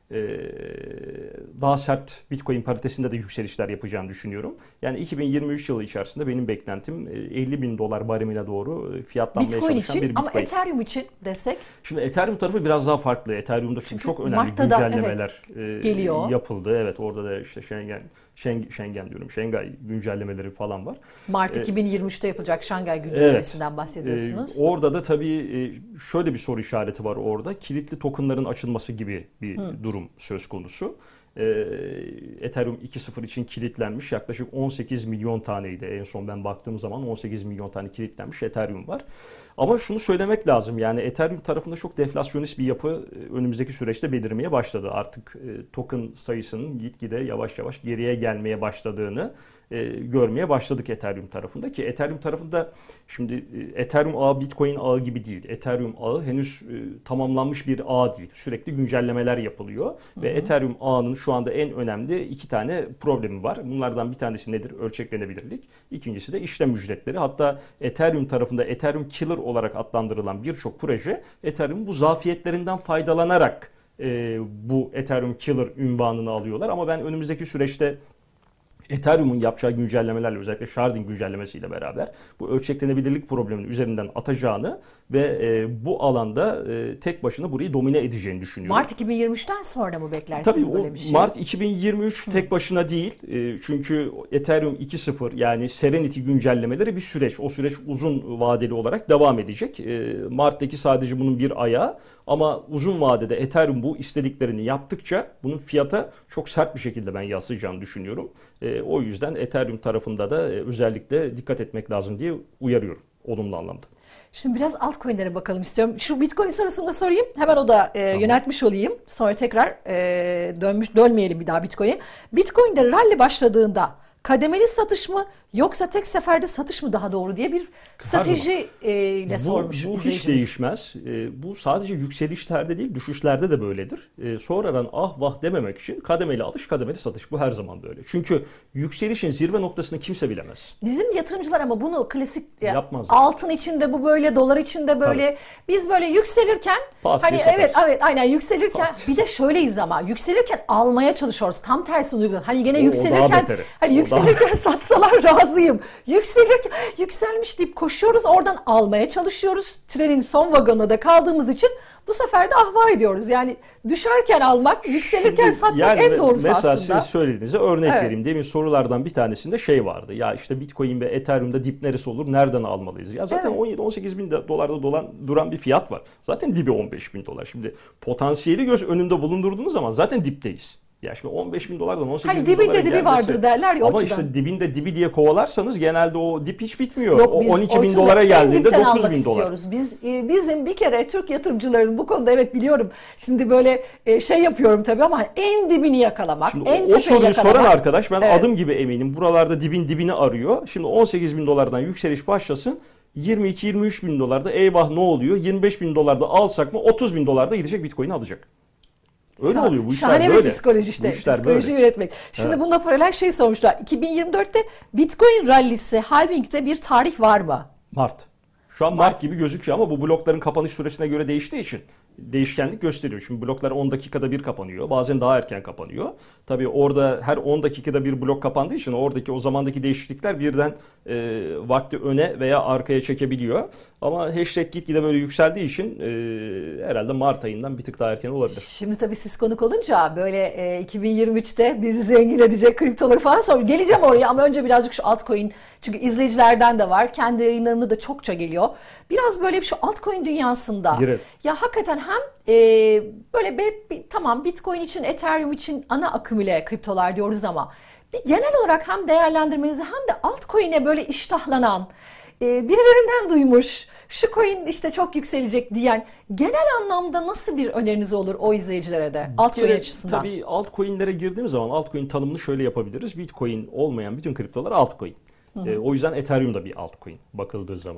daha sert Bitcoin paritesinde de yükselişler yapacağını düşünüyorum. Yani iki bin yirmi üç yılı içerisinde benim beklentim elli bin dolar baremine doğru fiyatlanmaya Bitcoin çalışan için, bir Bitcoin. Ama Ethereum için desek? Şimdi Ethereum tarafı biraz daha farklı. Ethereum'da çünkü çok önemli Mart'ta da, güncellemeler evet, geliyor. yapıldı. Evet, orada da işte Schengen, Schengen, Schengen diyorum, Şangay güncellemeleri falan var. Mart iki bin yirmi üçte yapılacak Şangay güncellemesinden evet, bahsediyorsunuz. Ee, orada da tabii şöyle bir soru işareti var orada. Kilitli tokenların açılması gibi bir Hı. durum söz konusu. Ee, Ethereum iki nokta sıfır için kilitlenmiş yaklaşık on sekiz milyon taneydi. En son ben baktığım zaman on sekiz milyon tane kilitlenmiş Ethereum var. Ama şunu söylemek lazım, yani Ethereum tarafında çok deflasyonist bir yapı önümüzdeki süreçte belirmeye başladı. Artık token sayısının gitgide yavaş yavaş geriye gelmeye başladığını e, görmeye başladık Ethereum tarafında, ki Ethereum tarafında şimdi e, Ethereum ağı Bitcoin ağı gibi değil. Ethereum ağı henüz e, tamamlanmış bir ağ değil. Sürekli güncellemeler yapılıyor. Hı hı. Ve Ethereum ağının şu anda en önemli iki tane problemi var. Bunlardan bir tanesi nedir? Ölçeklenebilirlik. İkincisi de işlem ücretleri. Hatta Ethereum tarafında Ethereum Killer olarak adlandırılan birçok proje Ethereum bu zafiyetlerinden faydalanarak e, bu Ethereum Killer ünvanını alıyorlar. Ama ben önümüzdeki süreçte Ethereum'un yapacağı güncellemelerle, özellikle sharding güncellemesiyle beraber bu ölçeklenebilirlik probleminin üzerinden atacağını ve e, bu alanda e, tek başına burayı domine edeceğini düşünüyorum. Mart iki bin yirmi üçten sonra mı beklersiniz Tabii böyle bir şey? Mart iki bin yirmi üç Hı. tek başına değil. E, çünkü Ethereum iki nokta sıfır yani Serenity güncellemeleri bir süreç. O süreç uzun vadeli olarak devam edecek. E, Mart'taki sadece bunun bir ayağı, ama uzun vadede Ethereum bu istediklerini yaptıkça bunun fiyata çok sert bir şekilde ben yansıyacağını düşünüyorum. E, o yüzden Ethereum tarafında da e, özellikle dikkat etmek lazım diye uyarıyorum olumlu anlamda. Şimdi biraz altcoin'lere bakalım istiyorum. Şu Bitcoin sorusunu da sorayım. Hemen o da e, tamam. yöneltmiş olayım. Sonra tekrar e, dönmüş dönmeyelim bir daha Bitcoin'e. Bitcoin'de rally başladığında kademeli satış mı yoksa tek seferde satış mı daha doğru diye bir stratejiyle sormuş bu, bu izleyicimiz. hiç değişmez. E, bu sadece yükselişlerde değil, düşüşlerde de böyledir. E, sonradan ah vah dememek için kademeli alış, kademeli satış. Bu her zaman böyle. Çünkü yükselişin zirve noktasını kimse bilemez. Bizim yatırımcılar ama bunu klasik yapmazlar. Altın içinde bu böyle, dolar içinde böyle. Tabii. Biz böyle yükselirken Pat hani satarız. evet evet aynen yükselirken Pat bir de şöyleyiz ama yükselirken almaya çalışıyoruz. Tam tersini uyguluyoruz. Hani gene o, yükselirken o hani yükselirken satsalar razıyım. Yükselirken yükselmiş deyip koşuyoruz, oradan almaya çalışıyoruz. Trenin son vagonuna da kaldığımız için bu sefer de ahva ediyoruz. Yani düşerken almak, yükselirken Şimdi, satmak yani en doğrusu mesela aslında. Siz söylediğinize örnek evet. vereyim. Demin sorulardan bir tanesinde şey vardı. Ya işte Bitcoin ve Ethereum'da dip neresi olur? Nereden almalıyız? Ya zaten evet. on yedi on sekiz bin dolarda dolan, duran bir fiyat var. Zaten dibi on beş bin dolar. Şimdi potansiyeli göz önünde bulundurduğunuz zaman zaten dipteyiz. Ya şimdi on beş bin dolardan on sekiz hani bin dolara dibinde dibi vardır derler ya. Ama açıdan. işte dibinde dibi diye kovalarsanız genelde o dip hiç bitmiyor. Yok, o biz on iki bin dolara geldiğinde dokuz bin dolar. Biz bizim bir kere Türk yatırımcıların bu konuda evet biliyorum. Şimdi böyle şey yapıyorum tabii ama en dibini yakalamak, şimdi en o, tepeyi o soruyu yakalamak. soran arkadaş ben evet. adım gibi eminim. Buralarda dibin dibini arıyor. Şimdi on sekiz bin dolardan yükseliş başlasın. yirmi iki yirmi üç bin dolarda eyvah ne oluyor? yirmi beş bin dolarda alsak mı? otuz bin dolarda gidecek Bitcoin'i alacak. Öyle Şahane, oluyor bu işler şahane böyle. bir psikoloji işte. Psikoloji böyle. Üretmek. Şimdi evet. bununla paralel şey sormuşlar. iki bin yirmi dörtte Bitcoin rallisi halving'de bir tarih var mı? Mart. Şu an Mart, Mart gibi gözüküyor ama bu blokların kapanış süresine göre değiştiği için değişkenlik gösteriyor. Şimdi bloklar on dakikada bir kapanıyor. Bazen daha erken kapanıyor. Tabii orada her on dakikada bir blok kapandığı için oradaki o zamandaki değişiklikler birden e, vakti öne veya arkaya çekebiliyor. Ama hash rate gitgide böyle yükseldiği için e, herhalde Mart ayından bir tık daha erken olabilir. Şimdi tabii siz konuk olunca böyle e, iki bin yirmi üçte bizi zengin edecek kriptoları falan sor. Geleceğim oraya ama önce birazcık şu altcoin. Çünkü izleyicilerden de var. Kendi yayınlarımda da çokça geliyor. Biraz böyle şu altcoin dünyasında. Girelim. Ya hakikaten hem e, böyle be, be, tamam Bitcoin için, Ethereum için ana akümüle kriptolar diyoruz ama bir genel olarak hem değerlendirmenizi hem de altcoin'e böyle iştahlanan, e, birilerinden duymuş, şu coin işte çok yükselecek diyen genel anlamda nasıl bir öneriniz olur o izleyicilere de altcoin Gene, açısından? Tabii altcoin'lere girdiğimiz zaman altcoin tanımını şöyle yapabiliriz. Bitcoin olmayan bütün kriptolar altcoin. Hı hı. E, o yüzden Ethereum da bir altcoin bakıldığı zaman.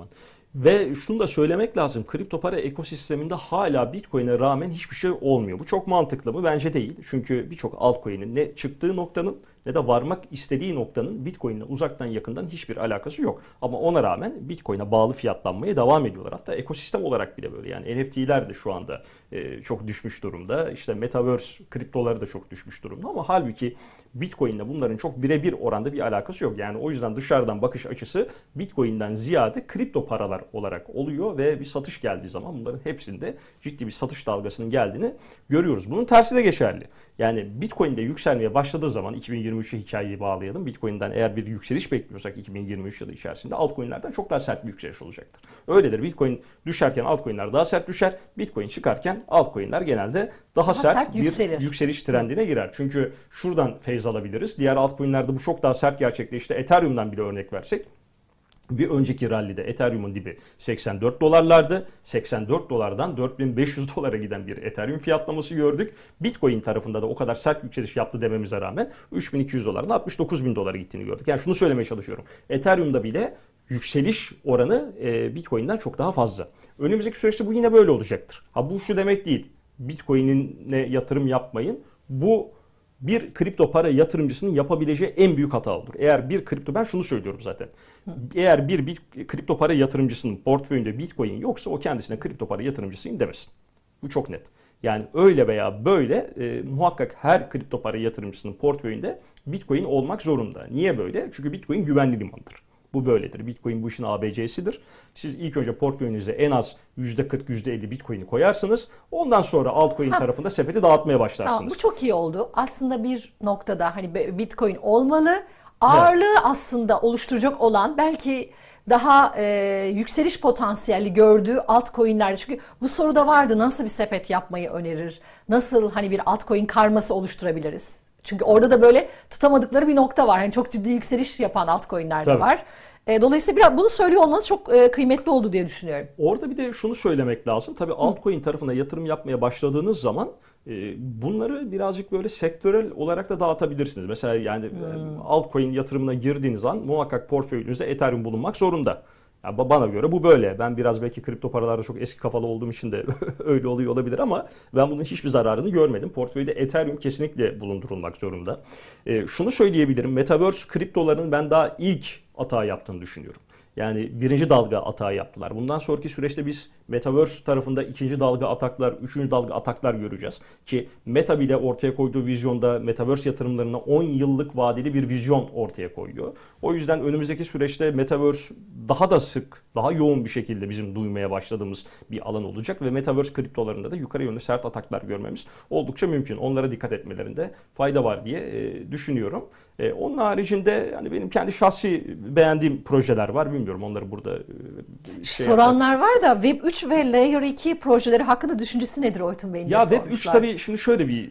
Ve şunu da söylemek lazım. Kripto para ekosisteminde hala Bitcoin'e rağmen hiçbir şey olmuyor. Bu çok mantıklı mı? Bence değil. Çünkü birçok altcoin'in ne çıktığı noktanın ne de varmak istediği noktanın Bitcoin'le uzaktan yakından hiçbir alakası yok. Ama ona rağmen Bitcoin'e bağlı fiyatlanmaya devam ediyorlar. Hatta ekosistem olarak bile böyle. Yani N F T'ler de şu anda e, çok düşmüş durumda. İşte Metaverse kriptoları da çok düşmüş durumda. Ama halbuki Bitcoin'le bunların çok birebir oranda bir alakası yok. Yani o yüzden dışarıdan bakış açısı Bitcoin'den ziyade kripto paralar olarak oluyor ve bir satış geldiği zaman bunların hepsinde ciddi bir satış dalgasının geldiğini görüyoruz. Bunun tersi de geçerli. Yani Bitcoin'de yükselmeye başladığı zaman iki bin yirmi üçe hikayeyi bağlayalım. Bitcoin'den eğer bir yükseliş bekliyorsak iki bin yirmi üç yılı içerisinde altcoin'lerden çok daha sert bir yükseliş olacaktır. Öyledir. Bitcoin düşerken altcoin'ler daha sert düşer. Bitcoin çıkarken altcoin'ler genelde daha, daha sert, sert bir yükselir. yükseliş trendine girer. Çünkü şuradan feyz alabiliriz. Diğer altcoin'lerde bu çok daha sert gerçekleşti. Ethereum'dan bile örnek versek. Bir önceki rallide Ethereum'un dibi seksen dört dolarlardı. seksen dört dolardan dört bin beş yüz dolara giden bir Ethereum fiyatlaması gördük. Bitcoin tarafında da o kadar sert yükseliş yaptı dememize rağmen üç bin iki yüz dolardan altmış dokuz bin dolara gittiğini gördük. Yani şunu söylemeye çalışıyorum. Ethereum'da bile yükseliş oranı Bitcoin'den çok daha fazla. Önümüzdeki süreçte bu yine böyle olacaktır. Ha bu şu demek değil. Bitcoin'e yatırım yapmayın. Bu bir kripto para yatırımcısının yapabileceği en büyük hata olur. Eğer bir kripto, ben şunu söylüyorum zaten. Hı. Eğer bir, bir kripto para yatırımcısının portföyünde Bitcoin yoksa o kendisine kripto para yatırımcısıyım demesin. Bu çok net. Yani öyle veya böyle e, muhakkak her kripto para yatırımcısının portföyünde Bitcoin olmak zorunda. Niye böyle? Çünkü Bitcoin güvenli limandır. Bu böyledir. Bitcoin bu işin A B C'sidir. Siz ilk önce portföyünüze en az yüzde kırk yüzde elli Bitcoin'i koyarsınız. Ondan sonra altcoin ha. tarafında sepeti dağıtmaya başlarsınız. Tamam, bu çok iyi oldu. Aslında bir noktada hani Bitcoin olmalı. Ağırlığı evet. aslında oluşturacak olan belki daha e, yükseliş potansiyeli gördüğü altcoin'lerde. Çünkü bu soruda vardı, nasıl bir sepet yapmayı önerir? Nasıl hani bir altcoin karması oluşturabiliriz? Çünkü orada da böyle tutamadıkları bir nokta var. Yani çok ciddi yükseliş yapan altcoin'ler de var. E, dolayısıyla biraz bunu söylüyor olmanız çok e, kıymetli oldu diye düşünüyorum. Orada bir de şunu söylemek lazım. Tabii altcoin tarafına yatırım yapmaya başladığınız zaman e, bunları birazcık böyle sektörel olarak da dağıtabilirsiniz. Mesela yani hmm. altcoin yatırımına girdiğiniz an muhakkak portföyünüzde Ethereum bulunmak zorunda. Yani bana göre bu böyle. Ben biraz belki kripto paralarda çok eski kafalı olduğum için de öyle oluyor olabilir ama ben bunun hiçbir zararını görmedim. Portföyde Ethereum kesinlikle bulundurulmak zorunda. E, şunu söyleyebilirim. Metaverse kriptolarının ben daha ilk hata yaptığını düşünüyorum. Yani birinci dalga atağı yaptılar. Bundan sonraki süreçte biz Metaverse tarafında ikinci dalga ataklar, üçüncü dalga ataklar göreceğiz. Ki Meta bile ortaya koyduğu vizyonda Metaverse yatırımlarına on yıllık vadeli bir vizyon ortaya koyuyor. O yüzden önümüzdeki süreçte Metaverse daha da sık, daha yoğun bir şekilde bizim duymaya başladığımız bir alan olacak. Ve Metaverse kriptolarında da yukarı yönlü sert ataklar görmemiz oldukça mümkün. Onlara dikkat etmelerinde fayda var diye e, düşünüyorum. E, onun haricinde yani benim kendi şahsi beğendiğim projeler var. Bilmiyorum onları burada e, şey soranlar yapar. Var da Web üç ve Layer iki projeleri hakkında düşüncesi nedir Oytun Bey'in? Ya Web üç tabii şimdi şöyle bir e,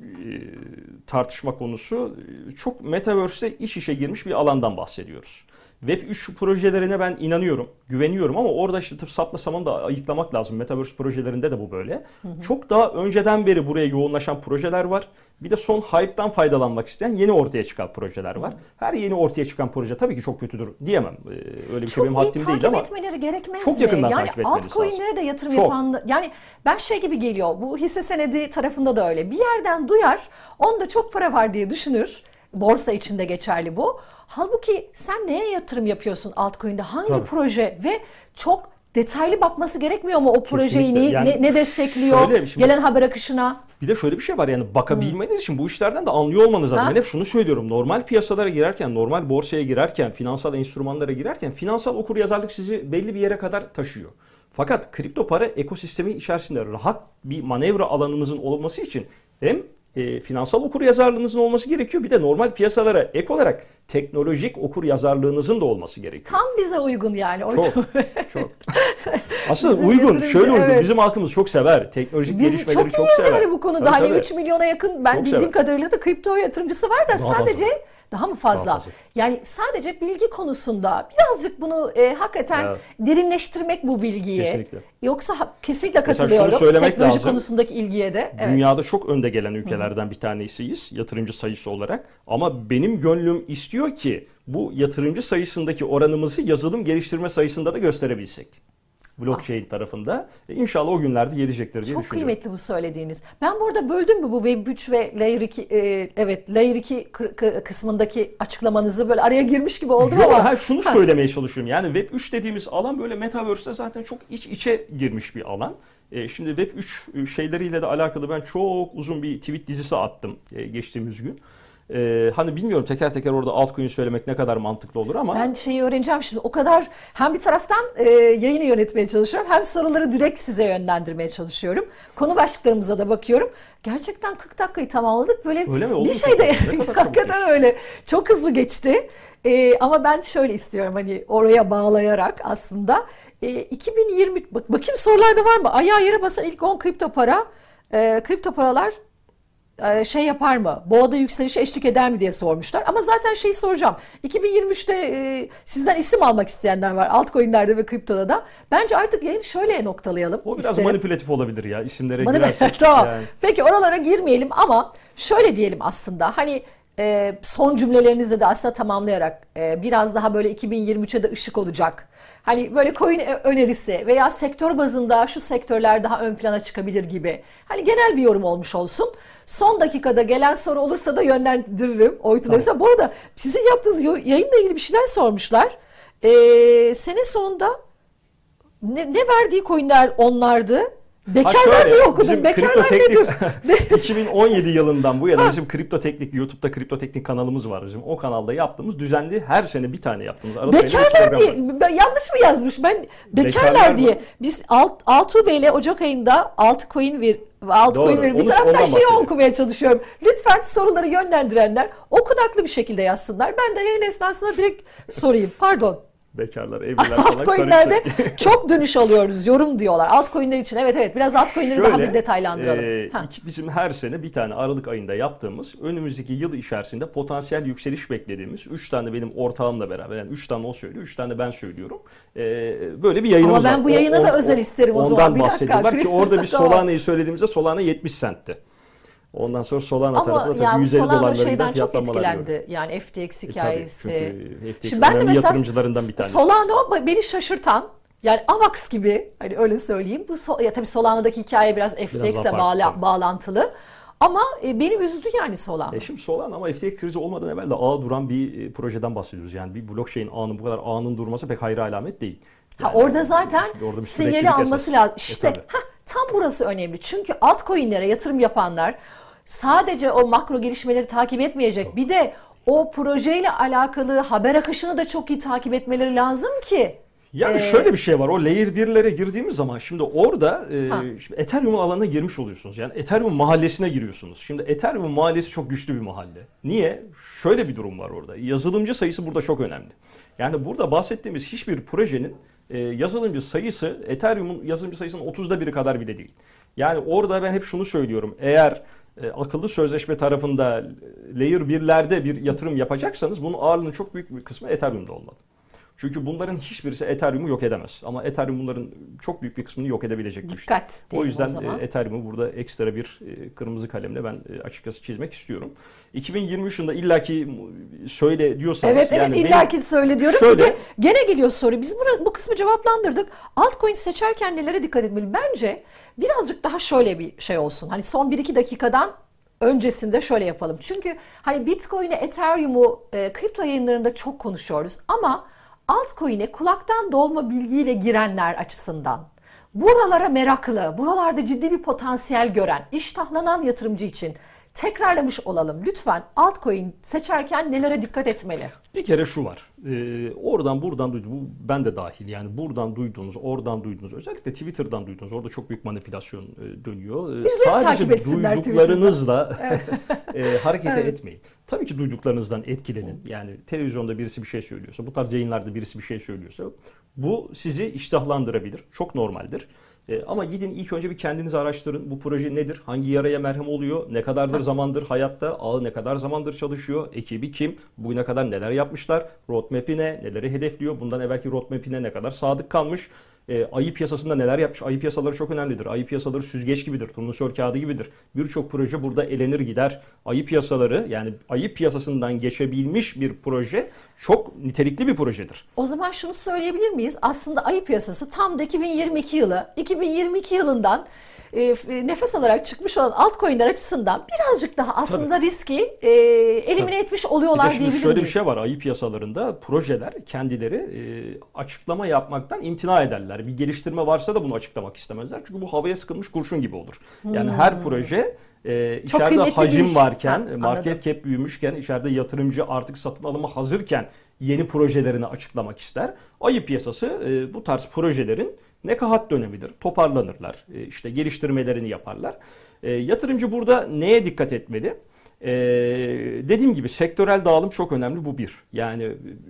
tartışma konusu. Çok Metaverse'e iş işe girmiş bir alandan bahsediyoruz. Web üç projelerine ben inanıyorum, güveniyorum ama orada işte sapla samanı da ayıklamak lazım. Metaverse projelerinde de bu böyle. Hı hı. Çok daha önceden beri buraya yoğunlaşan projeler var. Bir de son hype'tan faydalanmak isteyen yeni ortaya çıkan projeler var. Hı. Her yeni ortaya çıkan proje tabii ki çok kötüdür diyemem. Öyle bir çok şey benim haddim değil ama. Çok iyi takip etmeleri gerekmez çok mi? yakından yani takip etmeniz lazım. Altcoin'lere de yatırım çok. yapan, yani ben şey gibi geliyor, bu hisse senedi tarafında da öyle. Bir yerden duyar, onda çok para var diye düşünür. Borsa içinde geçerli bu. Halbuki sen neye yatırım yapıyorsun altcoin'de? Hangi Tabii. proje ve çok detaylı bakması gerekmiyor mu o projeyi ne, yani, ne destekliyor şöyle, şimdi, gelen haber akışına? Bir de şöyle bir şey var, yani bakabilmeniz hmm. için bu işlerden de anlıyor olmanız lazım. Ha? Ben hep şunu söylüyorum, normal piyasalara girerken, normal borsaya girerken, finansal enstrümanlara girerken finansal okuryazarlık sizi belli bir yere kadar taşıyor. Fakat kripto para ekosistemi içerisinde rahat bir manevra alanınızın olması için hem E, finansal okuryazarlığınızın olması gerekiyor. Bir de normal piyasalara ek olarak teknolojik okuryazarlığınızın da olması gerekiyor. Tam bize uygun yani. Çok, çok. Aslında bizim uygun, şöyle uygun. Evet. Bizim halkımız çok sever. Teknolojik Biz gelişmeleri çok, çok sever. Biz çok bu konuda. Tabii, hani tabii. üç milyona yakın ben çok bildiğim sever. kadarıyla da kripto yatırımcısı var da Daha sadece fazla. Daha mı fazla? Daha fazla. Yani sadece bilgi konusunda birazcık bunu e, hakikaten Evet. derinleştirmek bu bilgiyi. Kesinlikle. Yoksa ha- kesinlikle Mesela şunu katılıyorum. söylemek Teknoloji lazım. konusundaki ilgiye de. Evet. Dünyada çok önde gelen ülkelerden bir tanesiyiz yatırımcı sayısı olarak. Ama benim gönlüm istiyor ki bu yatırımcı sayısındaki oranımızı yazılım geliştirme sayısında da gösterebilsek. Blockchain tarafında. E, İnşallah o günlerde gelecektir diye Çok düşünüyorum. kıymetli bu söylediğiniz. Ben burada böldüm mü bu Web üç ve Layer iki, e, evet Layer iki kı- kı- kısmındaki açıklamanızı, böyle araya girmiş gibi oldum Yok, ama. ha, şunu söylemeye çalışıyorum. Yani Web üç dediğimiz alan böyle Metaverse'de zaten çok iç içe girmiş bir alan. E, şimdi Web üç şeyleriyle de alakalı ben çok uzun bir tweet dizisi attım e, geçtiğimiz gün. E, hani bilmiyorum teker teker orada altcoin söylemek ne kadar mantıklı olur ama Ben şeyi öğreneceğim şimdi. O kadar hem bir taraftan e, yayını yönetmeye çalışıyorum, hem soruları direkt size yönlendirmeye çalışıyorum. Konu başlıklarımıza da bakıyorum. Gerçekten kırk dakikayı tamamladık. Böyle Öyle mi? Oldu bir mu? şey de Ne kadar çabuk hakikaten geçti. öyle. Çok hızlı geçti. E, ama ben şöyle istiyorum, hani oraya bağlayarak aslında e, iki bin yirmi bak, bakayım sorularda var mı? Ayağa yere basan ilk on kripto para, e, kripto paralar e, şey yapar mı? Boğada yükselişe eşlik eder mi diye sormuşlar. Ama zaten şeyi soracağım. iki bin yirmi üçte e, sizden isim almak isteyenler var. Altcoin'lerde ve kriptoda da. Bence artık yayını şöyle noktalayalım o biraz isterim. manipülatif olabilir ya isimlere Manip- girersek. Tamam. Yani. Peki oralara girmeyelim ama şöyle diyelim aslında. Hani e, son cümlelerinizle de aslında tamamlayarak e, biraz daha böyle iki bin yirmi üçe de ışık olacak. Hani böyle coin önerisi veya sektör bazında şu sektörler daha ön plana çıkabilir gibi. Hani genel bir yorum olmuş olsun. Son dakikada gelen soru olursa da yönlendiririm. Oytunaysa. Tamam. Bu arada sizin yaptığınız yo- yayınla ilgili bir şeyler sormuşlar. Ee, sene sonunda ne, ne verdiği coinler onlardı? Ha Bekarlar şöyle, diye okudum. bizim Bekarlar Kripto nedir? Teknik iki bin on yedi yılından bu yana bizim Kripto Teknik YouTube'da Kripto Teknik kanalımız var bizim. O kanalda yaptığımız düzenli her sene bir tane yaptığımız Aralık ayında iki Bekarlar program diye var. ben- yanlış mı yazmış? Ben bekarlar, Bekarlar diye. mı? Biz Alt, Altuğ Bey'le Ocak ayında altcoin ver altcoin Doğru, ver. Bir onu- taraftan ondan şeyi bahsediyorum. okumaya çalışıyorum. Lütfen soruları yönlendirenler okunaklı bir şekilde yazsınlar. Ben de yayın esnasında direkt sorayım. Pardon. Bekarlar, evliler falan Altcoin'lerde karıştı. çok dönüş alıyoruz. Yorum diyorlar. Altcoin'ler için. Evet evet. Biraz altcoin'leri daha Şöyle, bir detaylandıralım. e, Ha. iki- bizim her sene bir tane Aralık ayında yaptığımız önümüzdeki yıl içerisinde potansiyel yükseliş beklediğimiz üç tane benim ortağımla beraber, yani üç tane o söylüyor, üç tane ben söylüyorum. E, böyle bir yayınımız Ama var. ben bu yayına da özel isterim o ondan zaman. Bir dakika. bahsediyorlar ki orada biz Tamam. Solana'yı söylediğimizde Solana yetmiş centti. Ondan sonra Solana Ama tarafında tabii yani yüz elli Solana dolarlarında şeyden çok fiyatlanmalar görüyor. etkilendi. Yani F T X E, tabii, hikayesi. çünkü F T X Şimdi ben de önemli mesela yatırımcılarından bir tanesi. Solana beni şaşırtan, yani Avax gibi, hani öyle söyleyeyim. Bu so- ya tabii Solana'daki hikaye biraz F T Biraz X'le daha bağla- farklı. bağlantılı. Ama e, beni üzdü yani Solana. E şimdi Solana ama F T X krizi olmadan evvel de ağa duran bir e, projeden bahsediyoruz. Yani bir blockchain ağının bu kadar ağının durması pek hayra alamet değil. Ha, Yani orada zaten şimdi orada bir sinyali süreklilik alması esas. lazım. İşte E, tabii. ha, tam burası önemli. Çünkü altcoin'lere yatırım yapanlar sadece o makro gelişmeleri takip etmeyecek. Bir de o projeyle alakalı haber akışını da çok iyi takip etmeleri lazım ki. Yani Ee, şöyle bir şey var. O layer birlere girdiğimiz zaman şimdi orada e, Ha. şimdi Ethereum alanına girmiş oluyorsunuz. Yani Ethereum mahallesine giriyorsunuz. Şimdi Ethereum mahallesi çok güçlü bir mahalle. Niye? Şöyle bir durum var orada. Yazılımcı sayısı burada çok önemli. Yani burada bahsettiğimiz hiçbir projenin e, yazılımcı sayısı Ethereum'un yazılımcı sayısının otuzda biri kadar bile değil. Yani orada ben hep şunu söylüyorum. Eğer e, akıllı sözleşme tarafında e, layer birlerde bir yatırım yapacaksanız bunun ağırlığının çok büyük bir kısmı Ethereum'da olmalı. Çünkü bunların hiçbirisi Ethereum'u yok edemez. Ama Ethereum bunların çok büyük bir kısmını yok edebilecek güçte. Dikkat O diyelim yüzden o zaman. e, Ethereum'u burada ekstra bir e, kırmızı kalemle ben e, açıkçası çizmek istiyorum. iki bin yirmi üç yılında illaki söyle diyorsanız. Evet evet yani benim- illaki söyle diyorum. Şöyle- Bir de gene geliyor soru. Biz bura- bu kısmı cevaplandırdık. Altcoin seçerken nelere dikkat etmeli? Bence birazcık daha şöyle bir şey olsun. Hani son bir iki dakikadan öncesinde şöyle yapalım. Çünkü hani Bitcoin'i, Ethereum'u e, kripto yayınlarında çok konuşuyoruz. Ama altcoin'e kulaktan dolma bilgiyle girenler açısından, buralara meraklı, buralarda ciddi bir potansiyel gören, iştahlanan yatırımcı için tekrarlamış olalım. Lütfen altcoin seçerken nelere dikkat etmeli? Bir kere şu var. Ee, oradan buradan duydum. Bu ben de dahil. Yani buradan duyduğunuz, oradan duyduğunuz, özellikle Twitter'dan duyduğunuz. Orada çok büyük manipülasyon e, dönüyor. Ee, Bizleri takip sadece etsinler duyduklarınızla e, hareket evet. etmeyin. Tabii ki duyduklarınızdan etkilenin. Yani televizyonda birisi bir şey söylüyorsa, bu tarz yayınlarda birisi bir şey söylüyorsa bu sizi iştahlandırabilir. Çok normaldir. E, ama gidin ilk önce bir kendinizi araştırın. Bu proje nedir? Hangi yaraya merhem oluyor? Ne kadardır zamandır hayatta? Ağı ne kadar zamandır çalışıyor? Ekibi kim? Bugüne kadar neler yapmışlar? Roadmap'i ne? Neleri hedefliyor? Bundan evvelki roadmap'ine ne kadar sadık kalmış? E, ayı piyasasında neler yapmış? Ayı piyasaları çok önemlidir. Ayı piyasaları süzgeç gibidir, turnusol kağıdı gibidir. Birçok proje burada elenir gider. Ayı piyasaları, yani ayı piyasasından geçebilmiş bir proje çok nitelikli bir projedir. O zaman şunu söyleyebilir miyiz? Aslında ayı piyasası tam da iki bin yirmi iki yılı, iki bin yirmi iki yılından e, nefes alarak çıkmış olan altcoin'ler açısından birazcık daha aslında Tabii. riski e, elimine Tabii. etmiş oluyorlar diyebilir miyiz? Şöyle bir şey var, ayı piyasalarında projeler kendileri e, açıklama yapmaktan imtina ederler. Bir geliştirme varsa da bunu açıklamak istemezler. Çünkü bu havaya sıkılmış kurşun gibi olur. Yani hmm. her proje e, içeride hacim varken, ha, market anladım. cap büyümüşken, içeride yatırımcı artık satın alıma hazırken yeni projelerini açıklamak ister. Ayı piyasası e, bu tarz projelerin nekahat dönemidir. Toparlanırlar. E, işte geliştirmelerini yaparlar. E, yatırımcı burada neye dikkat etmeli? E, dediğim gibi sektörel dağılım çok önemli, bu bir. Yani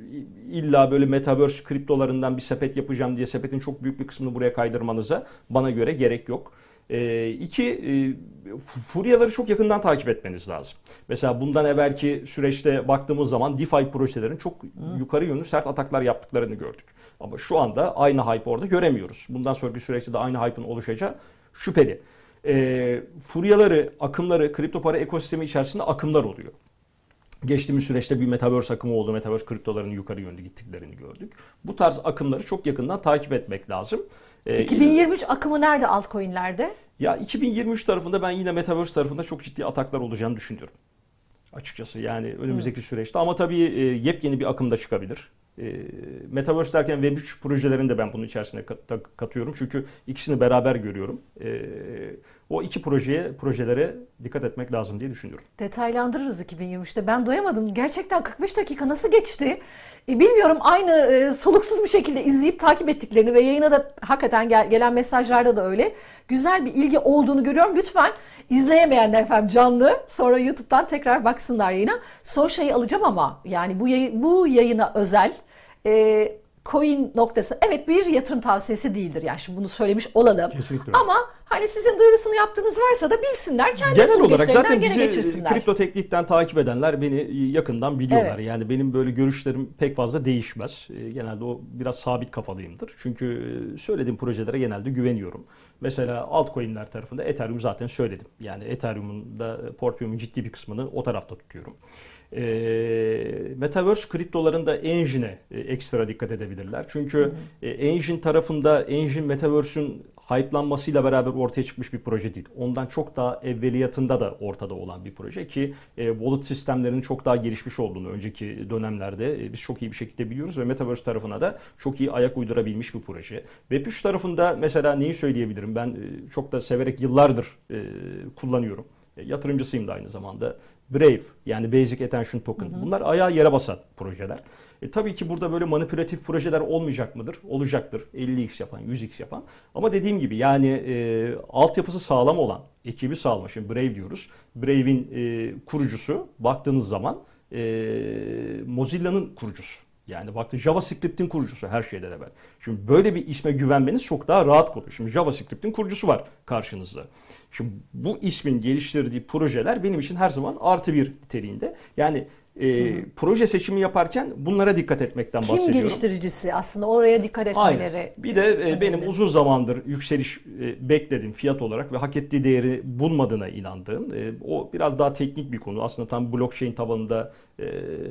illa böyle metaverse kriptolarından bir sepet yapacağım diye sepetin çok büyük bir kısmını buraya kaydırmanıza bana göre gerek yok. E, iki, e, furyaları çok yakından takip etmeniz lazım. Mesela bundan evvelki süreçte baktığımız zaman DeFi projelerin çok hmm. yukarı yönlü sert ataklar yaptıklarını gördük. Ama şu anda aynı hype orada göremiyoruz. Bundan sonraki süreçte de aynı hype'ın oluşacağı şüpheli. E, furyaları, akımları, kripto para ekosistemi içerisinde akımlar oluyor. Geçtiğimiz süreçte bir metaverse akımı oldu. Metaverse kriptolarının yukarı yönlü gittiklerini gördük. Bu tarz akımları çok yakından takip etmek lazım. Ee, iki bin yirmi üç akımı nerede altcoin'lerde? Ya iki bin yirmi üç tarafında ben yine metaverse tarafında çok ciddi ataklar olacağını düşünüyorum. Açıkçası yani önümüzdeki hmm. süreçte. Ama tabii e, yepyeni bir akım da çıkabilir. E, Metaverse derken Web üç projelerini de ben bunun içerisine kat, katıyorum. Çünkü ikisini beraber görüyorum. E, o iki projeye, projelere dikkat etmek lazım diye düşünüyorum. Detaylandırırız iki bin yirmi üçte. Ben doyamadım. Gerçekten kırk beş dakika nasıl geçti? E, bilmiyorum, aynı e, soluksuz bir şekilde izleyip takip ettiklerini ve yayına da hakikaten gel, gelen mesajlarda da öyle. Güzel bir ilgi olduğunu görüyorum. Lütfen izleyemeyenler efendim canlı sonra YouTube'dan tekrar baksınlar yayına. Son şeyi alacağım ama yani bu, yayı, bu yayına özel e, coin noktası evet bir yatırım tavsiyesi değildir. Yani şimdi bunu söylemiş olalım. Kesinlikle. Ama hani sizin duyurusunu yaptığınız varsa da bilsinler. Kendi genel olarak zaten bizi kripto teknikten takip edenler beni yakından biliyorlar. Evet. Yani benim böyle görüşlerim pek fazla değişmez. Genelde o biraz sabit kafalıyımdır. Çünkü söylediğim projelere genelde güveniyorum. Mesela altcoin'ler tarafında Ethereum zaten söyledim. Yani Ethereum'un da portföyümün ciddi bir kısmını o tarafta tutuyorum. E, Metaverse kriptolarında Engine'e e, ekstra dikkat edebilirler. Çünkü e, Engine tarafında Engine Metaverse'ün hype'lanmasıyla beraber ortaya çıkmış bir proje değil. Ondan çok daha evveliyatında da ortada olan bir proje ki e, wallet sistemlerinin çok daha gelişmiş olduğunu önceki dönemlerde e, biz çok iyi bir şekilde biliyoruz ve Metaverse tarafına da çok iyi ayak uydurabilmiş bir proje. Web üç tarafında mesela neyi söyleyebilirim? Ben e, çok da severek yıllardır e, kullanıyorum. E, yatırımcısıyım da aynı zamanda. Brave yani Basic Attention Token. Hı hı. Bunlar ayağa yere basan projeler. E, tabii ki burada böyle manipülatif projeler olmayacak mıdır? Olacaktır. elli x yapan, yüz x yapan. Ama dediğim gibi yani e, altyapısı sağlam olan, ekibi sağlam. Şimdi Brave diyoruz. Brave'in e, kurucusu baktığınız zaman e, Mozilla'nın kurucusu. Yani baktı JavaScript'in kurucusu her şeyden evvel. Şimdi böyle bir isme güvenmeniz çok daha rahat oluyor. Şimdi JavaScript'in kurucusu var karşınızda. Şimdi bu ismin geliştirdiği projeler benim için her zaman artı bir niteliğinde. Yani e, proje seçimi yaparken bunlara dikkat etmekten Kim bahsediyorum. Kim geliştiricisi aslında oraya dikkat etmeleri. Aynen. Bir de e, benim uzun zamandır yükseliş e, bekledim fiyat olarak ve hak ettiği değeri bulmadığına inandığım. E, o biraz daha teknik bir konu. Aslında tam blockchain tabanında e,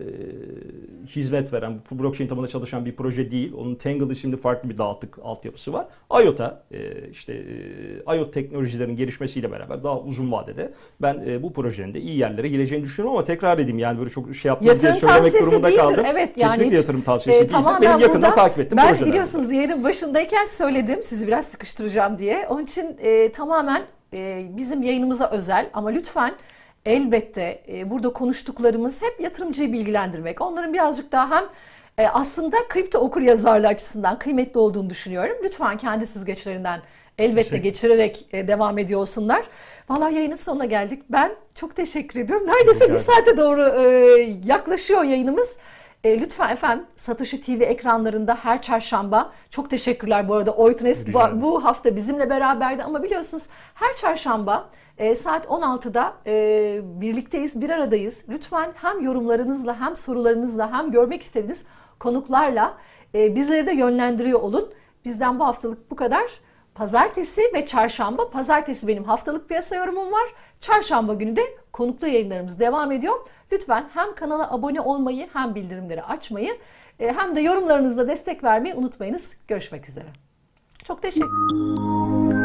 hizmet veren, blockchain tabanında çalışan bir proje değil. Onun Tangle isimli farklı bir dağıtık altyapısı var. I O T'ya e, işte e, I O T teknolojilerin gelişmesiyle beraber daha uzun vadede ben e, bu projenin de iyi yerlere geleceğini düşünüyorum ama tekrar edeyim yani böyle çok şey yaptınız diye söylemek durumunda değildir. kaldım. Evet, yani kesinlikle hiç, yatırım tavsiyesi e, değil. Benim yakından takip ettiğim ben projeler. Ben biliyorsunuz yayının başındayken söyledim sizi biraz sıkıştıracağım diye. Onun için e, tamamen e, bizim yayınımıza özel ama lütfen elbette e, burada konuştuklarımız hep yatırımcıyı bilgilendirmek. Onların birazcık daha hem e, aslında kripto okuryazarlığı açısından kıymetli olduğunu düşünüyorum. Lütfen kendi süzgeçlerinden elbette geçirerek e, devam ediyor olsunlar. Vallahi yayının sonuna geldik. Ben çok teşekkür ediyorum. Neredeyse bir saate doğru e, yaklaşıyor yayınımız. E, lütfen efendim Satoshi T V ekranlarında her çarşamba, çok teşekkürler bu arada Oytunes bu, bu hafta bizimle beraberdi ama biliyorsunuz her çarşamba e, saat on altıda e, birlikteyiz, bir aradayız. Lütfen hem yorumlarınızla hem sorularınızla hem görmek istediğiniz konuklarla e, bizleri de yönlendiriyor olun. Bizden bu haftalık bu kadar. Pazartesi ve çarşamba, pazartesi benim haftalık piyasa yorumum var. Çarşamba günü de konuklu yayınlarımız devam ediyor. Lütfen hem kanala abone olmayı hem bildirimleri açmayı hem de yorumlarınızla destek vermeyi unutmayınız. Görüşmek üzere. Çok teşekkür ederim.